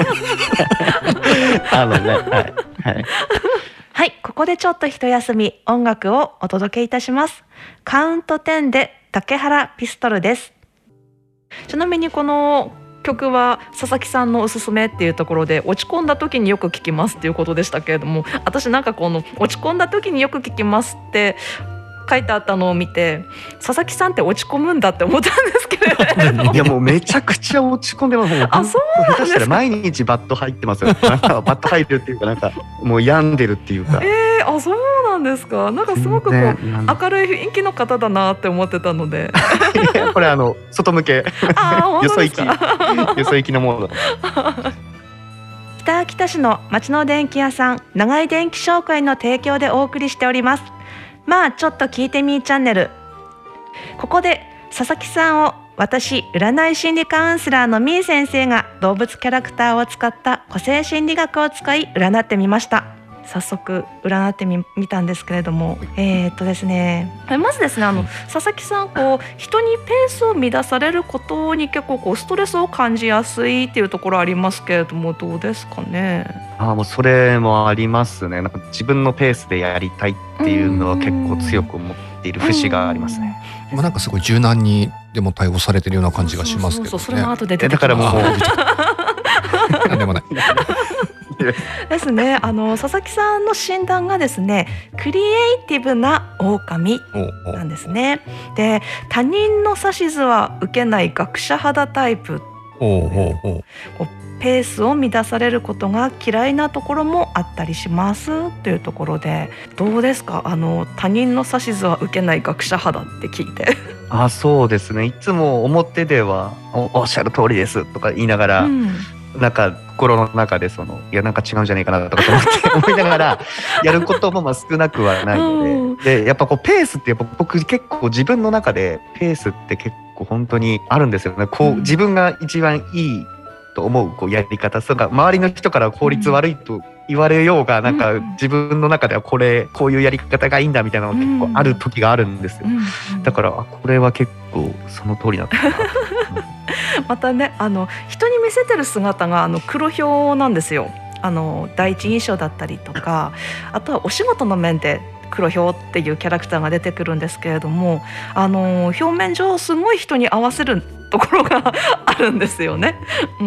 あのね、はいはい、 はい、ここでちょっと一休み、音楽をお届けいたします。カウントテンで竹原ピストルです。ちなみにこの曲は佐々木さんのおすすめっていうところで落ち込んだ時によく聞きますっていうことでしたけれども、私なんかこの落ち込んだ時によく聞きますって書いてあったのを見て、佐々木さんって落ち込むんだって思ったんですけれどいやもうめちゃくちゃ落ち込んでます。もうあ、そうなんですか。 下手したら毎日バット入ってますよバット入るっていうかなんかもう病んでるっていうか、 ええー、あ、そうなんですか。なんかすごくこう明るい雰囲気の方だなって思ってたのでこれあの外向けよそ行きよそ行きのものだ北秋田市の町の電気屋さん長井電気商会の提供でお送りしております。まあちょっと聞いてみーチャンネル。ここで佐々木さんを私占い心理カウンセラーのみー先生が動物キャラクターを使った個性心理学を使い占ってみました。早速占ってみたんですけれども、えー、っとですねまずですねあの佐々木さんこう人にペースを乱されることに結構こうストレスを感じやすいっていうところありますけれども、どうですかね。 あ、もうそれもありますね。なんか自分のペースでやりたいっていうのは結構強く思っている節がありますね。 まあなんかすごい柔軟にでも対応されてるような感じがしますけどね。 そうそうそう、それの後で出てきます。 だからもうなんでもないですね。あの佐々木さんの診断がですねクリエイティブな狼なんですね。で他人の指図は受けない学者肌タイプ。 おうおうおう、 こうペースを乱されることが嫌いなところもあったりしますというところで、どうですか。あの他人の指図は受けない学者肌って聞いてあ、そうですね。いつも表では お, おっしゃる通りですとか言いながら、うん、なんか心の中でそのいやなんか違うんじゃないかなとかと思って思いながらやることもまあ少なくはないので、うん、でやっぱこうペースってやっぱ僕結構自分の中でペースって結構本当にあるんですよね。こう自分が一番いいと思うこうやり方、それから周りの人から効率悪いと言われようが、なんか自分の中ではこれこういうやり方がいいんだみたいなのが結構ある時があるんですよ。だからこれは結構その通りだったなまたねあの人に見せてる姿があの黒表なんですよ。あの第一印象だったりとか、あとはお仕事の面で黒表っていうキャラクターが出てくるんですけれども、あの表面上すごい人に合わせるところがあるんですよね。うん、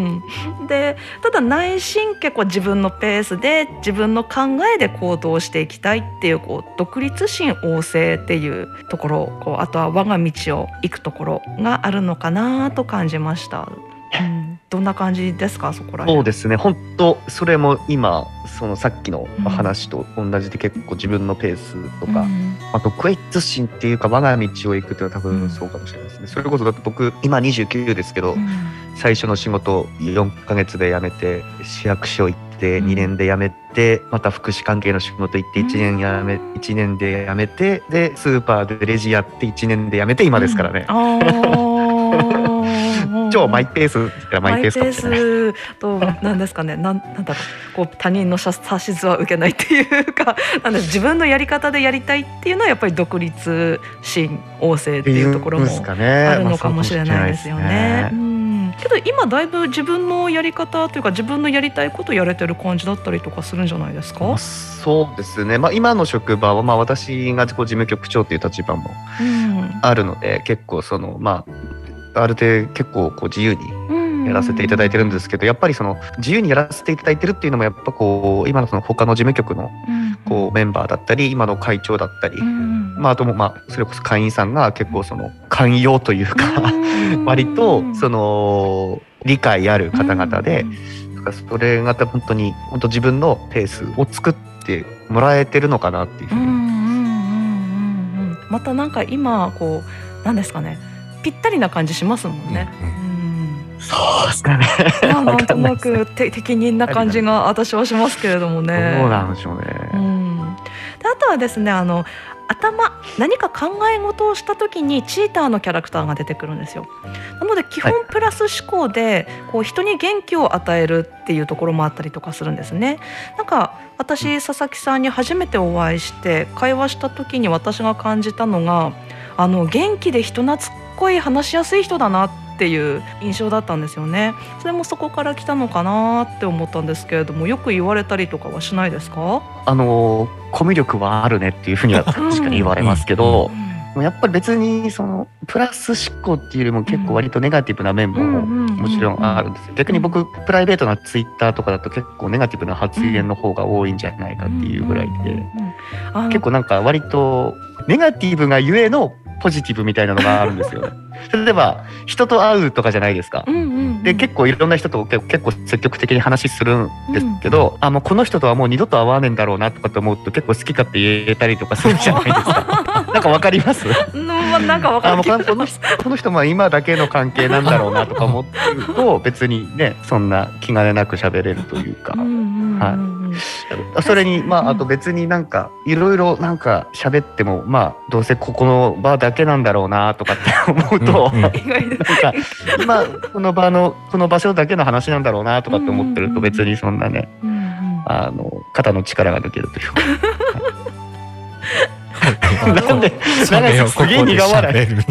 でただ内心結構自分のペースで自分の考えで行動していきたいっていう、こう独立心旺盛っていうところ、こうあとは我が道を行くところがあるのかなと感じました。うん、どんな感じですか、そこら辺。 そうですね、本当それも今そのさっきの話と同じで結構自分のペースとか、うん、あと独立心っていうか我が道を行くっていうのは多分そうかもしれないですね。それこそだって僕今にじゅうきゅうですけど、うん、最初の仕事よんかげつで辞めて市役所行ってにねんで辞めて、また福祉関係の仕事行っていちねん辞めいちねんで辞めて、でスーパーでレジやっていちねんで辞めて今ですからね。うん超マイペースって言ったらマイペースかもしれない。マイペースと何ですかね、なんなんだろう、こう他人の指図は受けないっていうか、なんで自分のやり方でやりたいっていうのはやっぱり独立心旺盛っていうところもあるのかもしれないですよね。けど今だいぶ自分のやり方というか自分のやりたいことやれてる感じだったりとかするんじゃないですか。 そうですね、まあ、今の職場はまあ私がこう事務局長っていう立場もあるので、うん、結構そのまあある程度結構こう自由にやらせていただいてるんですけど、やっぱりその自由にやらせていただいてるっていうのもやっぱこう今のその他の事務局のこうメンバーだったり今の会長だったり、まああともまあそれこそ会員さんが結構その寛容というか割とその理解ある方々で、それが本当に本当自分のペースを作ってもらえてるのかなっていうふうに。 またなんか今こうなんですかね、ぴったりな感じしますもんね。うんうん、そうですかね。 なんとなく適任な感じが私はしますけれどもね。 そうなんでしょうね。 うん、であとはですね、あの頭何か考え事をした時にチーターのキャラクターが出てくるんですよ。なので基本プラス思考で、はい、こう人に元気を与えるっていうところもあったりとかするんですね。なんか私佐々木さんに初めてお会いして会話した時に私が感じたのが、あの元気で人懐っこい話しやすい人だなっていう印象だったんですよね。それもそこから来たのかなって思ったんですけれども、よく言われたりとかはしないですか？ あのコミュ力はあるねっていうふうには確かに言われますけど、うん、やっぱり別にそのプラス思考っていうよりも結構割とネガティブな面ももちろんあるんですよ。逆に僕プライベートなツイッターとかだと結構ネガティブな発言の方が多いんじゃないかっていうぐらいで、結構なんか割とネガティブがゆえのポジティブみたいなのがあるんですよね。 例えば人と会うとかじゃないですか、 うんうんうん、 で結構いろんな人と結構積極的に話するんですけど、うん、あもうこの人とはもう二度と会わねえんだろうなとかって思うと結構好き勝手言えたりとかするじゃないですかなんかわかりますなんかわかる気がします。 この人は今だけの関係なんだろうなとか思ってると別にねそんな気兼ねなく喋れるというか、はい、それにまああと別になんかいろいろなんか喋ってもまあどうせここの場だけなんだろうなとかって思うと、うんうん、なんか今この場のこの場所だけの話なんだろうなとかって思ってると別にそんなね、うんうん、あの肩の力が抜けるというか。なんで長井さんすげえ苦笑い。よ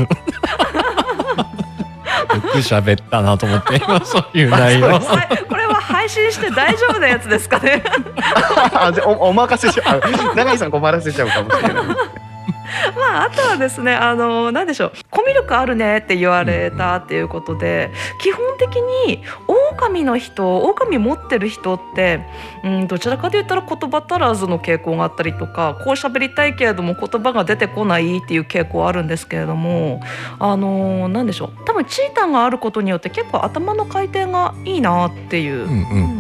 く喋ったなと思って今そういう内容。 これは配信して大丈夫なやつですかね。 お, お任せしちゃう。長井さん困らせちゃうかもしれない。 まあ、あとはですね、あの何でしょう、コミュ力あるねって言われたっていうことで、基本的に狼の人、狼持ってる人って、うん、どちらかといったら言葉足らずの傾向があったりとか、こう喋りたいけれども言葉が出てこないっていう傾向あるんですけれども、あの何でしょう、多分チータンがあることによって結構頭の回転がいいなっていう、うんうん、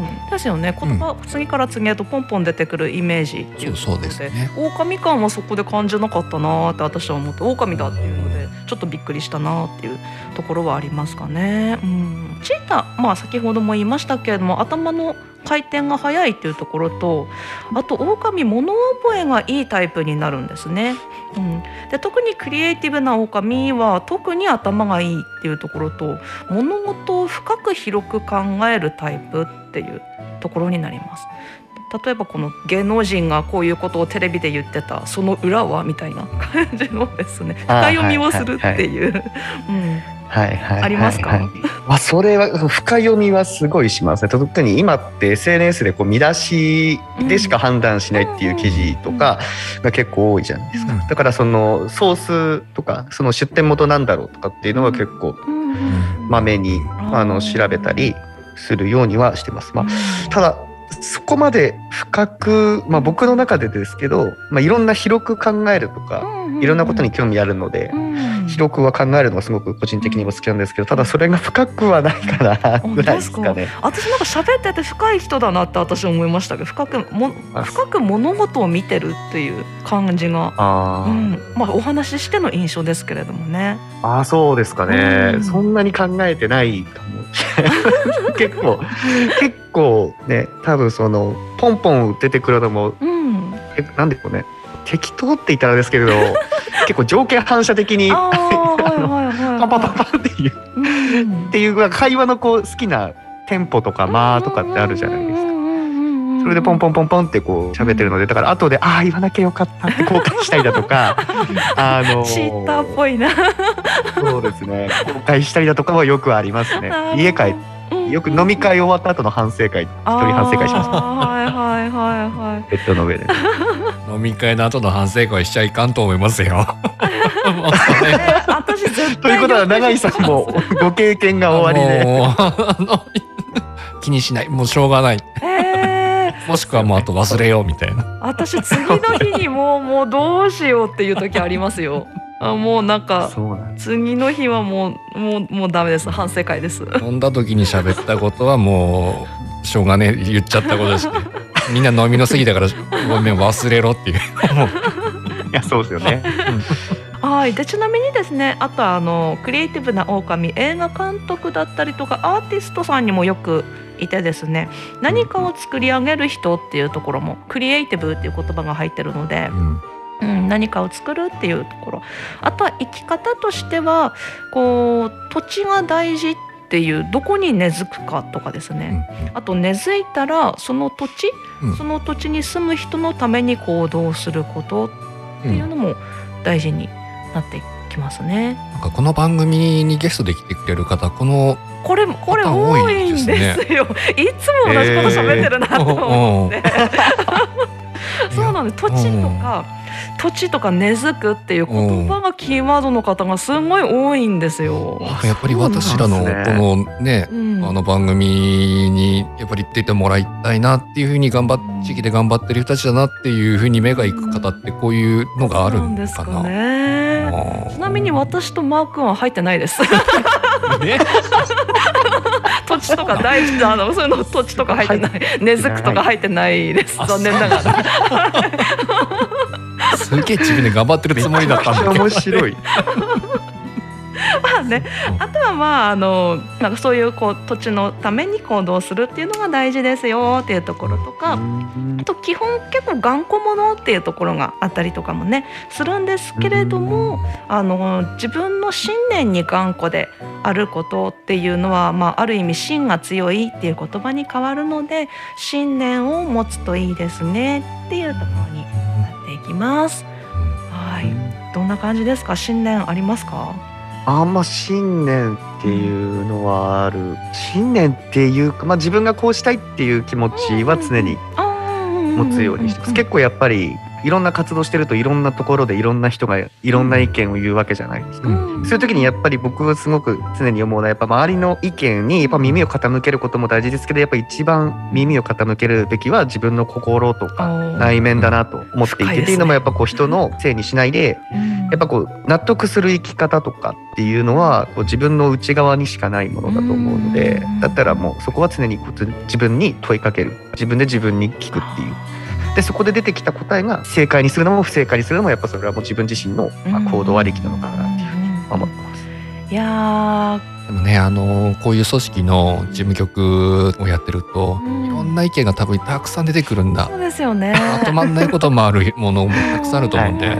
ですよね。言葉、うん、次から次へとポンポン出てくるイメージっていうことで、そうそうですね、狼感はそこで感じなかったなって私は思って、狼だっていうのでちょっとびっくりしたなっていうところはありますかね、うん、チーター、まあ先ほども言いましたけれども頭の回転が速いっていうところと、あと狼物覚えがいいタイプになるんですね、うん、で特にクリエイティブな狼は特に頭がいいっていうところと、物事を深く広く考えるタイプっていうところになります。例えばこの芸能人がこういうことをテレビで言ってたその裏はみたいな感じのですね、深読みをするっていうありますか？ まあそれは深読みはすごいしますね。特に今って エスエヌエス でこう見出しでしか判断しないっていう記事とかが結構多いじゃないですか。だからそのソースとかその出典元なんだろうとかっていうのは結構まめにあの調べたりするようにはしてます。まあただそこまで深く、まあ、僕の中でですけど、まあ、いろんな広く考えるとか、うんうん、いろんなことに興味あるので、うん、広くは考えるのがすごく個人的にも好きなんですけど、ただそれが深くはないかなぐらいですかね。 私なんか喋ってて深い人だなって私思いましたけど、深くも深く物事を見てるっていう感じが、あ、うん、まあ、お話ししての印象ですけれどもね。 あ、そうですかね、うん、そんなに考えてないと思う結構結構ね、多分そのポンポン出てくるのも、うん、えなんでこうね、適当って言ったらですけれど結構条件反射的にパンパンパンパンっていう、うん、っていう会話のこう好きなテンポとか間とかってあるじゃないですか。それでポンポンポンポンってこう喋ってるので、だから後でああ言わなきゃよかったって後悔したりだとかあのー、 チーターっぽいなそうですね、後悔したりだとかはよくありますね。家帰ってよく飲み会終わった後の反省会、一人反省会します。 はいはいはいはい。 ベッドの上で、ね、 飲み会の後の反省会しちゃいかんと思いますよ。 私絶対ということは永井さんもご経験が終わりで、 気にしない、もうしょうがない。もしくはもうあと忘れようみたいな。 私次の日にもうもうどうしようっていう時ありますよ。あ、もうなんか次の日はもうもうもうダメです、反省会です。 飲んだ時に喋ったことはもうしょうがねえ、言っちゃったことですね。みんな飲みの過ぎだからごめん忘れろっていう。いやそうですよね。 はい、でちなみにですね、あとあのクリエイティブな狼、映画監督だったりとかアーティストさんにもよくいてですね、何かを作り上げる人っていうところもクリエイティブっていう言葉が入ってるので、うんうん、何かを作るっていうところ、あとは生き方としてはこう土地が大事っていう、どこに根付くかとかですね、うんうん、あと根付いたらその土地、うん、その土地に住む人のために行動することっていうのも大事になってきますね。 なんかこの番組にゲストで来てくれる方、このこれこれ多いんですよ。いつも同じこと喋ってるなと思って、えー、 そうなんです。土地とか土地とか根付くっていう言葉がキーワードの方がすごい多いんですよ。 やっぱり私らのこのね、うん、あの番組にやっぱり出てもらいたいなっていうふうに頑張っ地域で頑張ってる人たちだなっていうふうに目がいく方ってこういうのがあるんですかな。 ね、ちなみに私とマー君は入ってないです。ね、土地とか大地あのそういうの土地とか入ってない、根付くとか入ってないです。残念ながら。 すげえ自分で頑張ってるつもりだったんだけど。 面白い。 まあね、あとはまああのなんかそういうこう土地のために行動するっていうのが大事ですよっていうところとか、あと基本結構頑固者っていうところがあったりとかもねするんですけれども、あの自分の信念に頑固であることっていうのは、まあ、ある意味芯が強いっていう言葉に変わるので、信念を持つといいですねっていうところになっていきます。はい、どんな感じですか？信念ありますか？ あんま信念っていうのはある、信念っていうか、まあ、自分がこうしたいっていう気持ちは常に持つようにしてます。結構やっぱりいろんな活動してるといろんなところでいろんな人がいろんな意見を言うわけじゃないですか、うん、そういう時にやっぱり僕はすごく常に思うのは、やっぱ周りの意見にやっぱ耳を傾けることも大事ですけど、やっぱ一番耳を傾けるべきは自分の心とか内面だなと思っていて、っていうのもやっぱこう人のせいにしないで、やっぱこう納得する生き方とかっていうのはこう自分の内側にしかないものだと思うので、だったらもうそこは常に自分に問いかける、自分で自分に聞くっていう。でそこで出てきた答えが正解にするのも不正解にするのもやっぱそれはもう自分自身の行動ありきなのかなっていうふうに思ってます。 いやでもね、あのこういう組織の事務局をやってると、うん、いろんな意見が多分たくさん出てくるんだ。 そうですよね。 まとまんないこともあるものもたくさんあると思うんで、はい、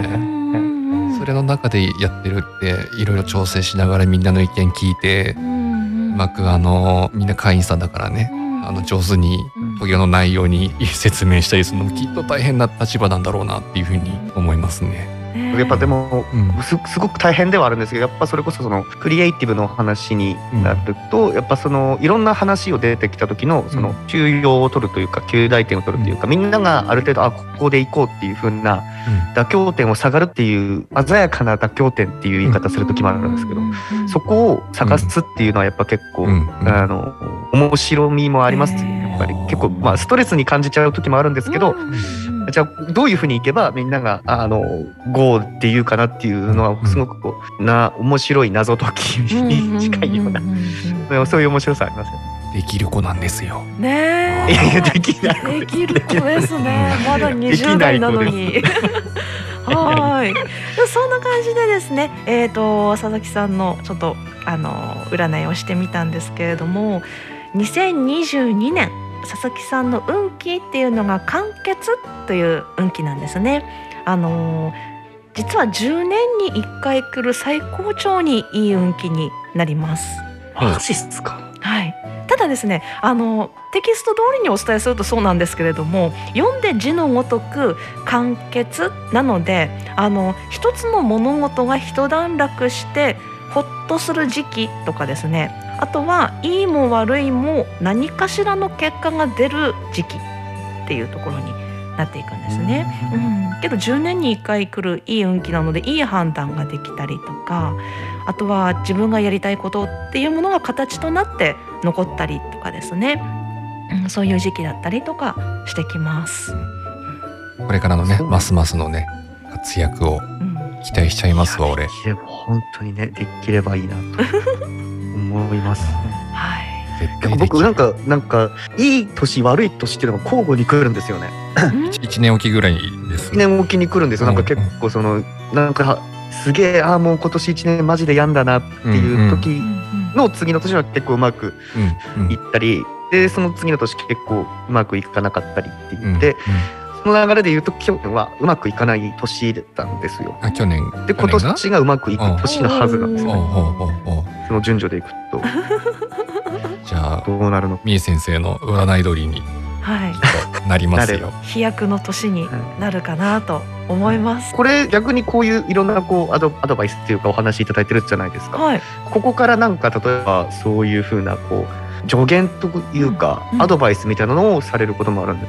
それの中でやってるっていろいろ調整しながらみんなの意見聞いて、うん、うまくあのみんな会員さんだからね、あの上手にトゲの内容に説明したりするのもきっと大変な立場なんだろうなっていうふうに思いますね。 やっぱでも、うん、す, すごく大変ではあるんですけど、やっぱそれこそそのクリエイティブの話になると、うん、やっぱそのいろんな話を出てきた時のその中庸を取るというか及第点を取るというか、みんながある程度あここで行こうっていう風な妥協点を下がるっていう鮮やかな妥協点っていう言い方する時もあるんですけど、そこを探すっていうのはやっぱ結構、うん、あの面白みもありますね。やっぱり結構まあストレスに感じちゃう時もあるんですけど、じゃあどういう風にいけばみんながあのゴーっていうかなっていうのはすごくこうな面白い謎解きに近いようなそういう面白さありますよね。 できる子なんですよ。 ねえ。 いやできない子。 できる子ですね。まだにじゅう代なのに。はい。そんな感じでですね、えっと佐々木さんのちょっとあの占いをしてみたんですけれども、にせんにじゅうにねん佐々木さんの運気っていうのが完結という運気なんですね。あの実はじゅうねんにいっかい来る最高潮にいい運気になります。 マジっすか？ はい。ただですね、あのテキスト通りにお伝えするとそうなんですけれども、読んで字のごとく完結なので、あの一つの物事が一段落してほっとする時期とかですね、あとはいいも悪いも何かしらの結果が出る時期っていうところになっていくんですね、うん、けどじゅうねんにいっかい来るいい運気なので、いい判断ができたりとか、あとは自分がやりたいことっていうものが形となって残ったりとかですね、うん、そういう時期だったりとかしてきます。 これからのねますますのね活躍を期待しちゃいますわ、うん、俺。 できれば本当にねできればいいなと思います、ね、 はい。 僕なんかなんかいい年悪い年っていうのが交互に来るんですよね。 いちねんおきぐらいです。 いちねんおきに来るんですよ。なんか結構そのなんかすげえああもう今年いちねんマジで病んだなっていう時の次の年は結構うまくいったり、でその次の年結構うまくいかなかったりって言って、その流れで言うと去年はうまくいかない年だったんですよ。 あ去年で今年がうまくいく年のはずなんですよね。その順序でいくと。 じゃあどうなるの？ みえ先生の占い通りになりますよ。 飛躍の年になるかなと思います。 これ逆にこういういろんなこうアド、アドバイスっていうかお話いただいてるじゃないですか、 はい、 ここからなんか例えばそういう風なこう助言というか、うんうん、アドバイスみたいなのをされることもあるんです。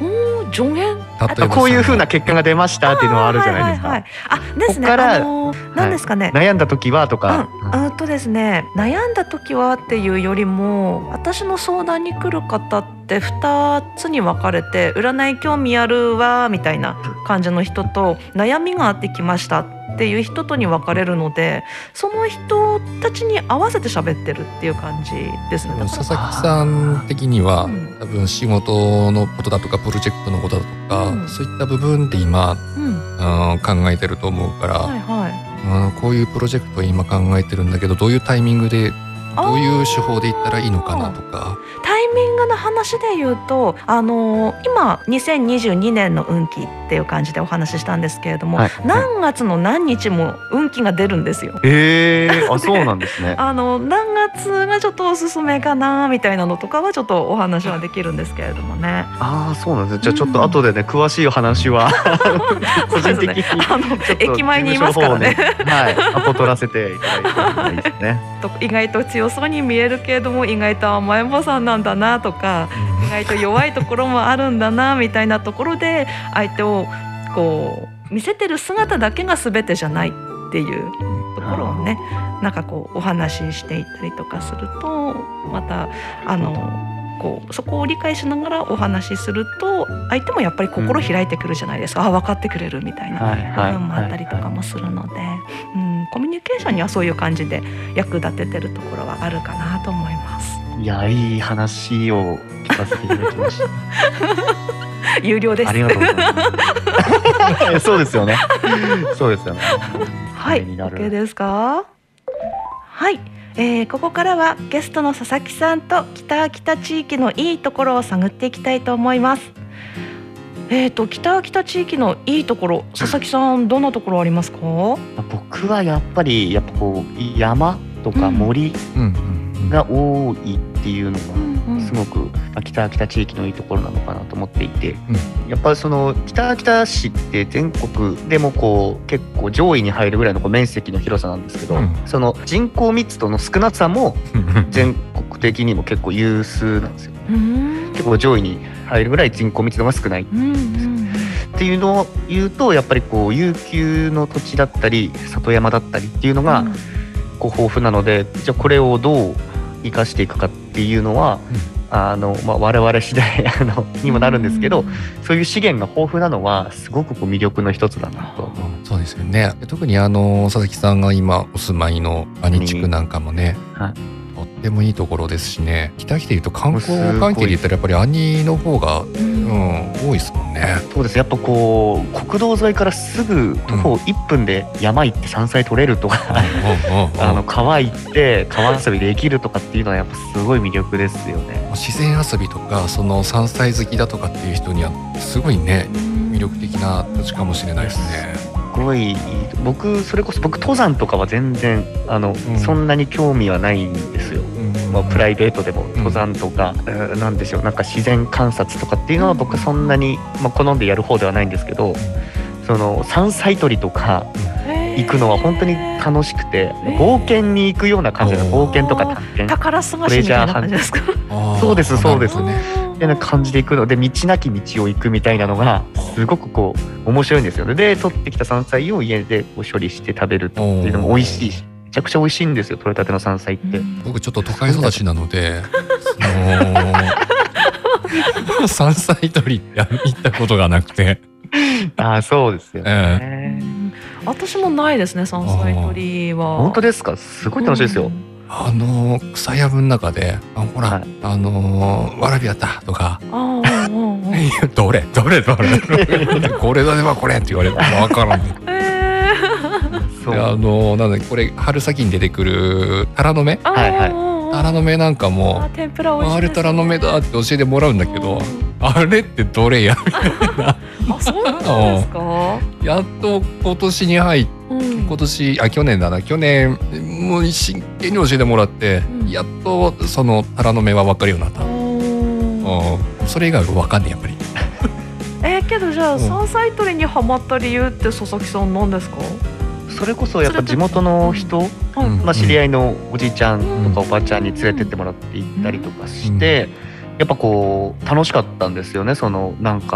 助言、 こういう風な結果が出ましたっていうのはあるじゃないですか。 はいはいはい、あですね、 ここからあのー、何ですかね、 はい、悩んだ時はとか、 うん、うんとですね、悩んだ時はっていうよりも、私の相談に来る方ってふたつに分かれて、占い興味あるわみたいな感じの人と、悩みがあってきましたっていう人とに分かれるので、その人たちに合わせて喋ってるっていう感じですね。 佐々木さん的には、うん、多分仕事のことだとかプロジェクトのことだとか、うん、そういった部分で今、うん、考えてると思うから、はいはい、こういうプロジェクトを今考えてるんだけど、どういうタイミングでどういう手法でいったらいいのかなとか。 タイミングの話で言うと、あのー、今にせんにじゅうにねんの運気っていう感じでお話ししたんですけれども、はい、何月の何日も運気が出るんですよ。 へー、あ、そうなんですね。 あの何月がちょっとおすすめかなみたいなのとかはちょっとお話はできるんですけれどもね。 ああ、そうなんです。じゃあちょっと後でね、うん、詳しい話は個人的に、ね、 あの駅前にいますからね。 はい、アポ取らせていただいていいですね。 意外と強そうに見えるけれども、意外と甘えん坊さんなんだなとか、意外と弱いところもあるんだなみたいなところで、相手をこう見せてる姿だけが全てじゃないっていうところをね、なんかこうお話ししていったりとかすると、またあのこうそこを理解しながらお話しすると、相手もやっぱり心開いてくるじゃないですか、うん、あ、分かってくれるみたいな部分もあったりとかもするので、うん、コミュニケーションにはそういう感じで役立ててるところはあるかなと思います。 いや、いい話を聞かせていただきました有料です。 ありがとうございますそうですよねそうですよね。 はい、OK ですか。はい、えー、ここからはゲストの佐々木さんと北秋田地域のいいところを探っていきたいと思います。えーと、北秋田地域のいいところ、佐々木さんどんなところありますか？ 僕はやっぱりやっぱこう山とか森が多いっていうのがすごく北秋田地域のいいところなのかなと思っていて、やっぱりその北秋田市って全国でもこう結構上位に入るぐらいのこう面積の広さなんですけど、その人口密度の少なさも全国的にも結構有数なんですよ。結構上位に入るぐらい人口密度が少ないんです。っていうのを言うと、やっぱりこう悠久の土地だったり里山だったりっていうのがこう豊富なので、じゃあこれをどう生かしていくかっていうのは、うん、あのまあ、我々次第あのにもなるんですけど、うん、そういう資源が豊富なのはすごくこう魅力の一つだなと。 そうですよね。特にあの佐々木さんが今お住まいの兄地区なんかもね、はい、とってもいいところですしね。北秋田でいうと観光関係で言ったらやっぱり兄の方が、うん、多いですもんね。 そうです。やっぱこう国道沿いからすぐ徒歩いっぷんで山行って山菜取れるとか、うん、あの川行って川遊びできるとかっていうのはやっぱすごい魅力ですよね。 自然遊びとかその山菜好きだとかっていう人にはすごいね魅力的な土地かもしれないですね。 すごい。僕それこそ僕登山とかは全然あの、うん、そんなに興味はないんですよ。まあ、プライベートでも登山とか、うん、なんでしょう、なんか自然観察とかっていうのは僕そんなに、まあ、好んでやる方ではないんですけど、その山菜採りとか行くのは本当に楽しくて、冒険に行くような感じの冒険とか探検、 宝探しみたいな感じですか？ そうですそうですね。みたいな感じで行くので、道なき道を行くみたいなのがすごくこう面白いんですよね。で取ってきた山菜を家でこう処理して食べるっていうのも美味しいし、めちゃくちゃ美味しいんですよ、取れたての山菜って。 僕ちょっと都会育ちなので山菜採りって行ったことがなくてああ、そうですよね、えー、私もないですね、山菜採りは。 本当ですか？すごい楽しいですよ、うん、 あの草やぶの中であほら、はい、あのわらびやったとかあどれどれどれこれだねはこれって言われて分からんねであのなんだこれ春先に出てくるタラの芽、はいはい、タラの芽なんかも あ, 天ぷら美味しいですね、あれタラの芽だって教えてもらうんだけど、あれってどれやみたいなあ、そうなんですかやっと今年に入って、うん、今年あ去年だな去年もう真剣に教えてもらって、うん、やっとそのタラの芽は分かるようになった。うん、それ以外は分かんねえやっぱりえー、けどじゃあ山菜採りにハマった理由って佐々木さん何ですか？ それこそやっぱ地元の人、うん、まあ、知り合いのおじいちゃんとかおばあちゃんに連れてってもらって行ったりとかして、やっぱこう楽しかったんですよね。そのなんか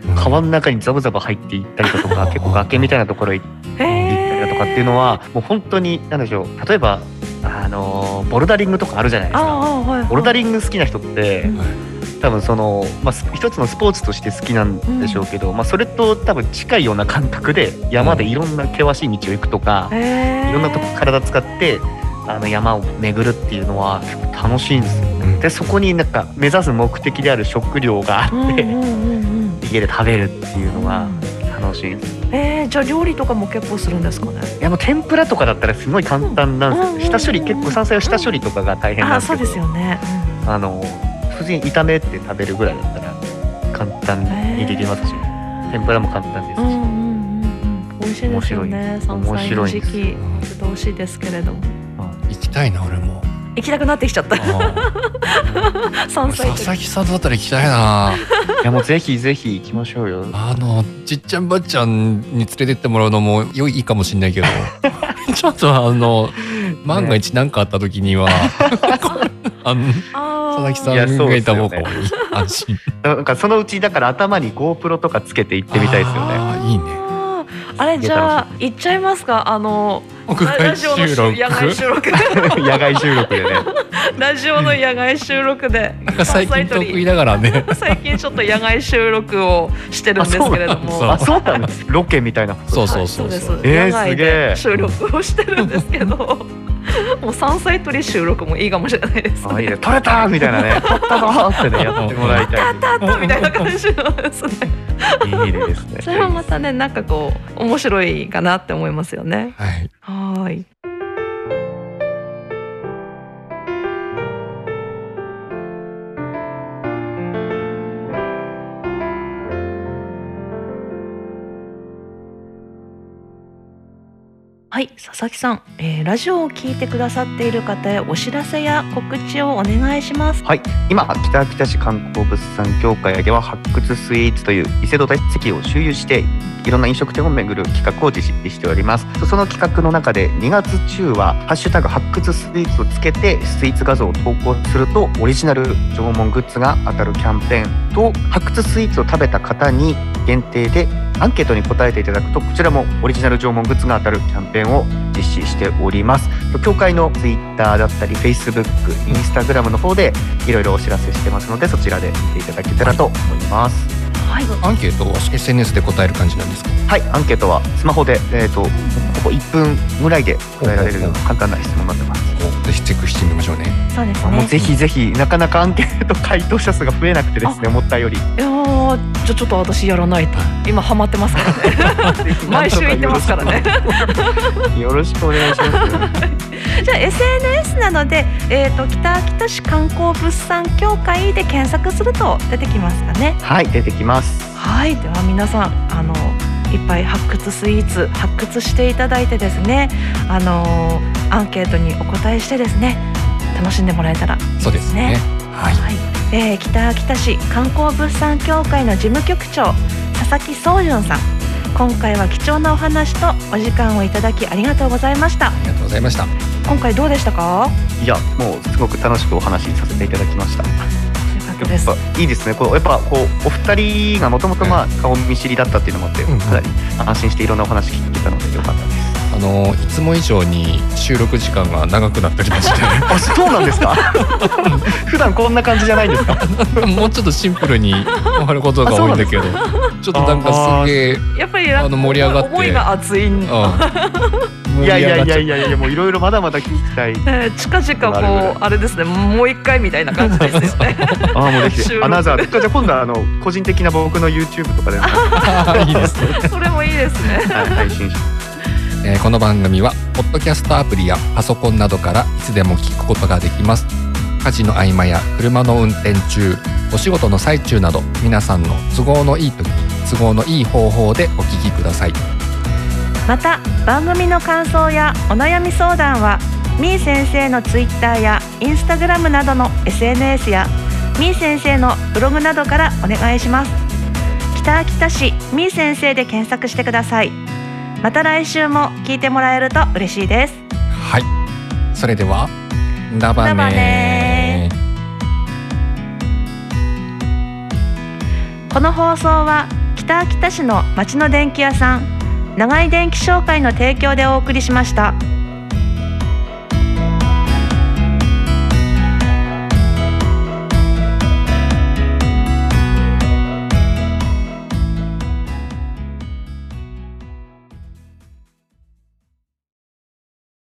川の中にザブザブ入っていったりだとか、結構崖みたいなところ行っていったりだとかっていうのはもう本当に何でしょう、例えばあのボルダリングとかあるじゃないですか。はいはい、ボルダリング好きな人って、うん、多分その、まあ、一つのスポーツとして好きなんでしょうけど、うん、まあ、それと多分近いような感覚で山でいろんな険しい道を行くとか、うん、いろんなとこ体使ってあの山を巡るっていうのは結構楽しいんですよね。うん、でそこになんか目指す目的である食料があって、うんうんうん、家で食べるっていうのが楽しいんです。 えー、じゃあ料理とかも結構するんですかね。 いやもう天ぷらとかだったらすごい簡単なんですよ、うんうんうんうん、下処理結構山菜は下処理とかが大変なんですけど、 あ、そうですよね、 うん、あの普通に炒めて食べるぐらいだったら簡単にできますし、えー、天ぷらも簡単ですし、うんうんうん、 美味しいですよね。山菜の時期美味しいですけれども、 行きたいな。俺も行きたくなってきちゃった。山菜佐々木さんだったら行きたいな。 いやもうぜひぜひ行きましょうよ。 あのちっちゃんばっちゃんに連れてってもらうのも良いかもしれないけどちょっとあの万が一何かあった時には、ね、あの佐々木さんがいた方が安心。 なんかそのうちだから頭に GoPro とかつけて行ってみたいですよね。 あ、いいね。 あれじゃあ行っちゃいますか。あのラジオの野外収録野外収録でねラジオの野外収録でなんか最近得意だからね最近ちょっと野外収録をしてるんですけれども、 あ、そうなんです。ロケみたいな。 そうそうそうそう、 野外で収録をしてるんですけどもう山菜採り収録もいいかもしれないですね。 あ、いいね。取れたみたいなね、取ったぞってねやってもらいたい。 取ったったみたいな感じなんですね。 いいですね。 それはまたね、なんかこう面白いかなって思いますよね。 はい。 はい。はい、佐々木さん、えー、ラジオを聞いてくださっている方へお知らせや告知をお願いします。 はい、今北秋田市観光物産協会では発掘スイーツという伊勢戸大石を周遊していろんな飲食店を巡る企画を実施しております。その企画の中でにがつ中はハッシュタグ発掘スイーツをつけてスイーツ画像を投稿するとオリジナル縄文グッズが当たるキャンペーンと、発掘スイーツを食べた方に限定でアンケートに答えていただくとこちらもオリジナル縄文グッズが当たるキャンペーンを実施しております。協会のツイッターだったり Facebook、インスタグラムの方でいろいろお知らせしてますので、そちらで見ていただけたらと思います。 はい、アンケートは エスエヌエス で答える感じなんですか？ はい、アンケートはスマホで、えーと、ほぼいっぷんぐらいで答えられるような簡単な質問になってます。 ぜひチェックしてみましょうね。 そうですね。 もうぜひぜひ、なかなかアンケート回答者数が増えなくてですね、思ったより。いやー、じゃあちょっと私やらないと。今ハマってますからね。毎週行ってますからね。 よろしくお願いします。 じゃあ エスエヌエス なので、えーと、北秋田市観光物産協会で検索すると出てきますかね。 はい、出てきます。 はい、では皆さん、あのいっぱい発掘スイーツ発掘していただいてですね、あのアンケートにお答えしてですね、楽しんでもらえたらいいですね。 そうですね。はい。 はい、えー、北秋田市観光物産協会の事務局長佐々木宗純さん、今回は貴重なお話とお時間をいただきありがとうございました。 ありがとうございました。 今回どうでしたか？ いや、もうすごく楽しくお話しさせていただきました。やっぱいいですね。こうやっぱこうお二人がもともとまあ顔見知りだったっていうのもあって、うんうん、かなり安心していろんなお話聞けたのでよかったです。 あのいつも以上に収録時間が長くなっておりましてあ、そうなんですか？普段こんな感じじゃないんですか？ もうちょっとシンプルに終わることが多いんだけど、ちょっとなんかすげえやっぱりあの盛り上がって思いが熱いんだ。 いやいやいやいやいや、もういろいろまだまだ聞きたい。 えー、近々こうあれですね、もう一回みたいな感じですよね。 ああ、もうぜひアナザー。じゃあ今度はあの個人的な僕の YouTube とかでいいですね。 それもいいですね。 はい、配信します。 えー、この番組はポッドキャストアプリやパソコンなどからいつでも聞くことができます。家事の合間や車の運転中、お仕事の最中など皆さんの都合のいい時、都合のいい方法でお聞きください。 また番組の感想やお悩み相談はみー先生のツイッターやインスタグラムなどの エスエヌエス やみー先生のブログなどからお願いします。北秋田市みー先生で検索してください。また来週も聞いてもらえると嬉しいです。 はい、それではラバネー。 ラバネー。この放送は北秋田市の町の電気屋さん長井電気商会の提供でお送りしました。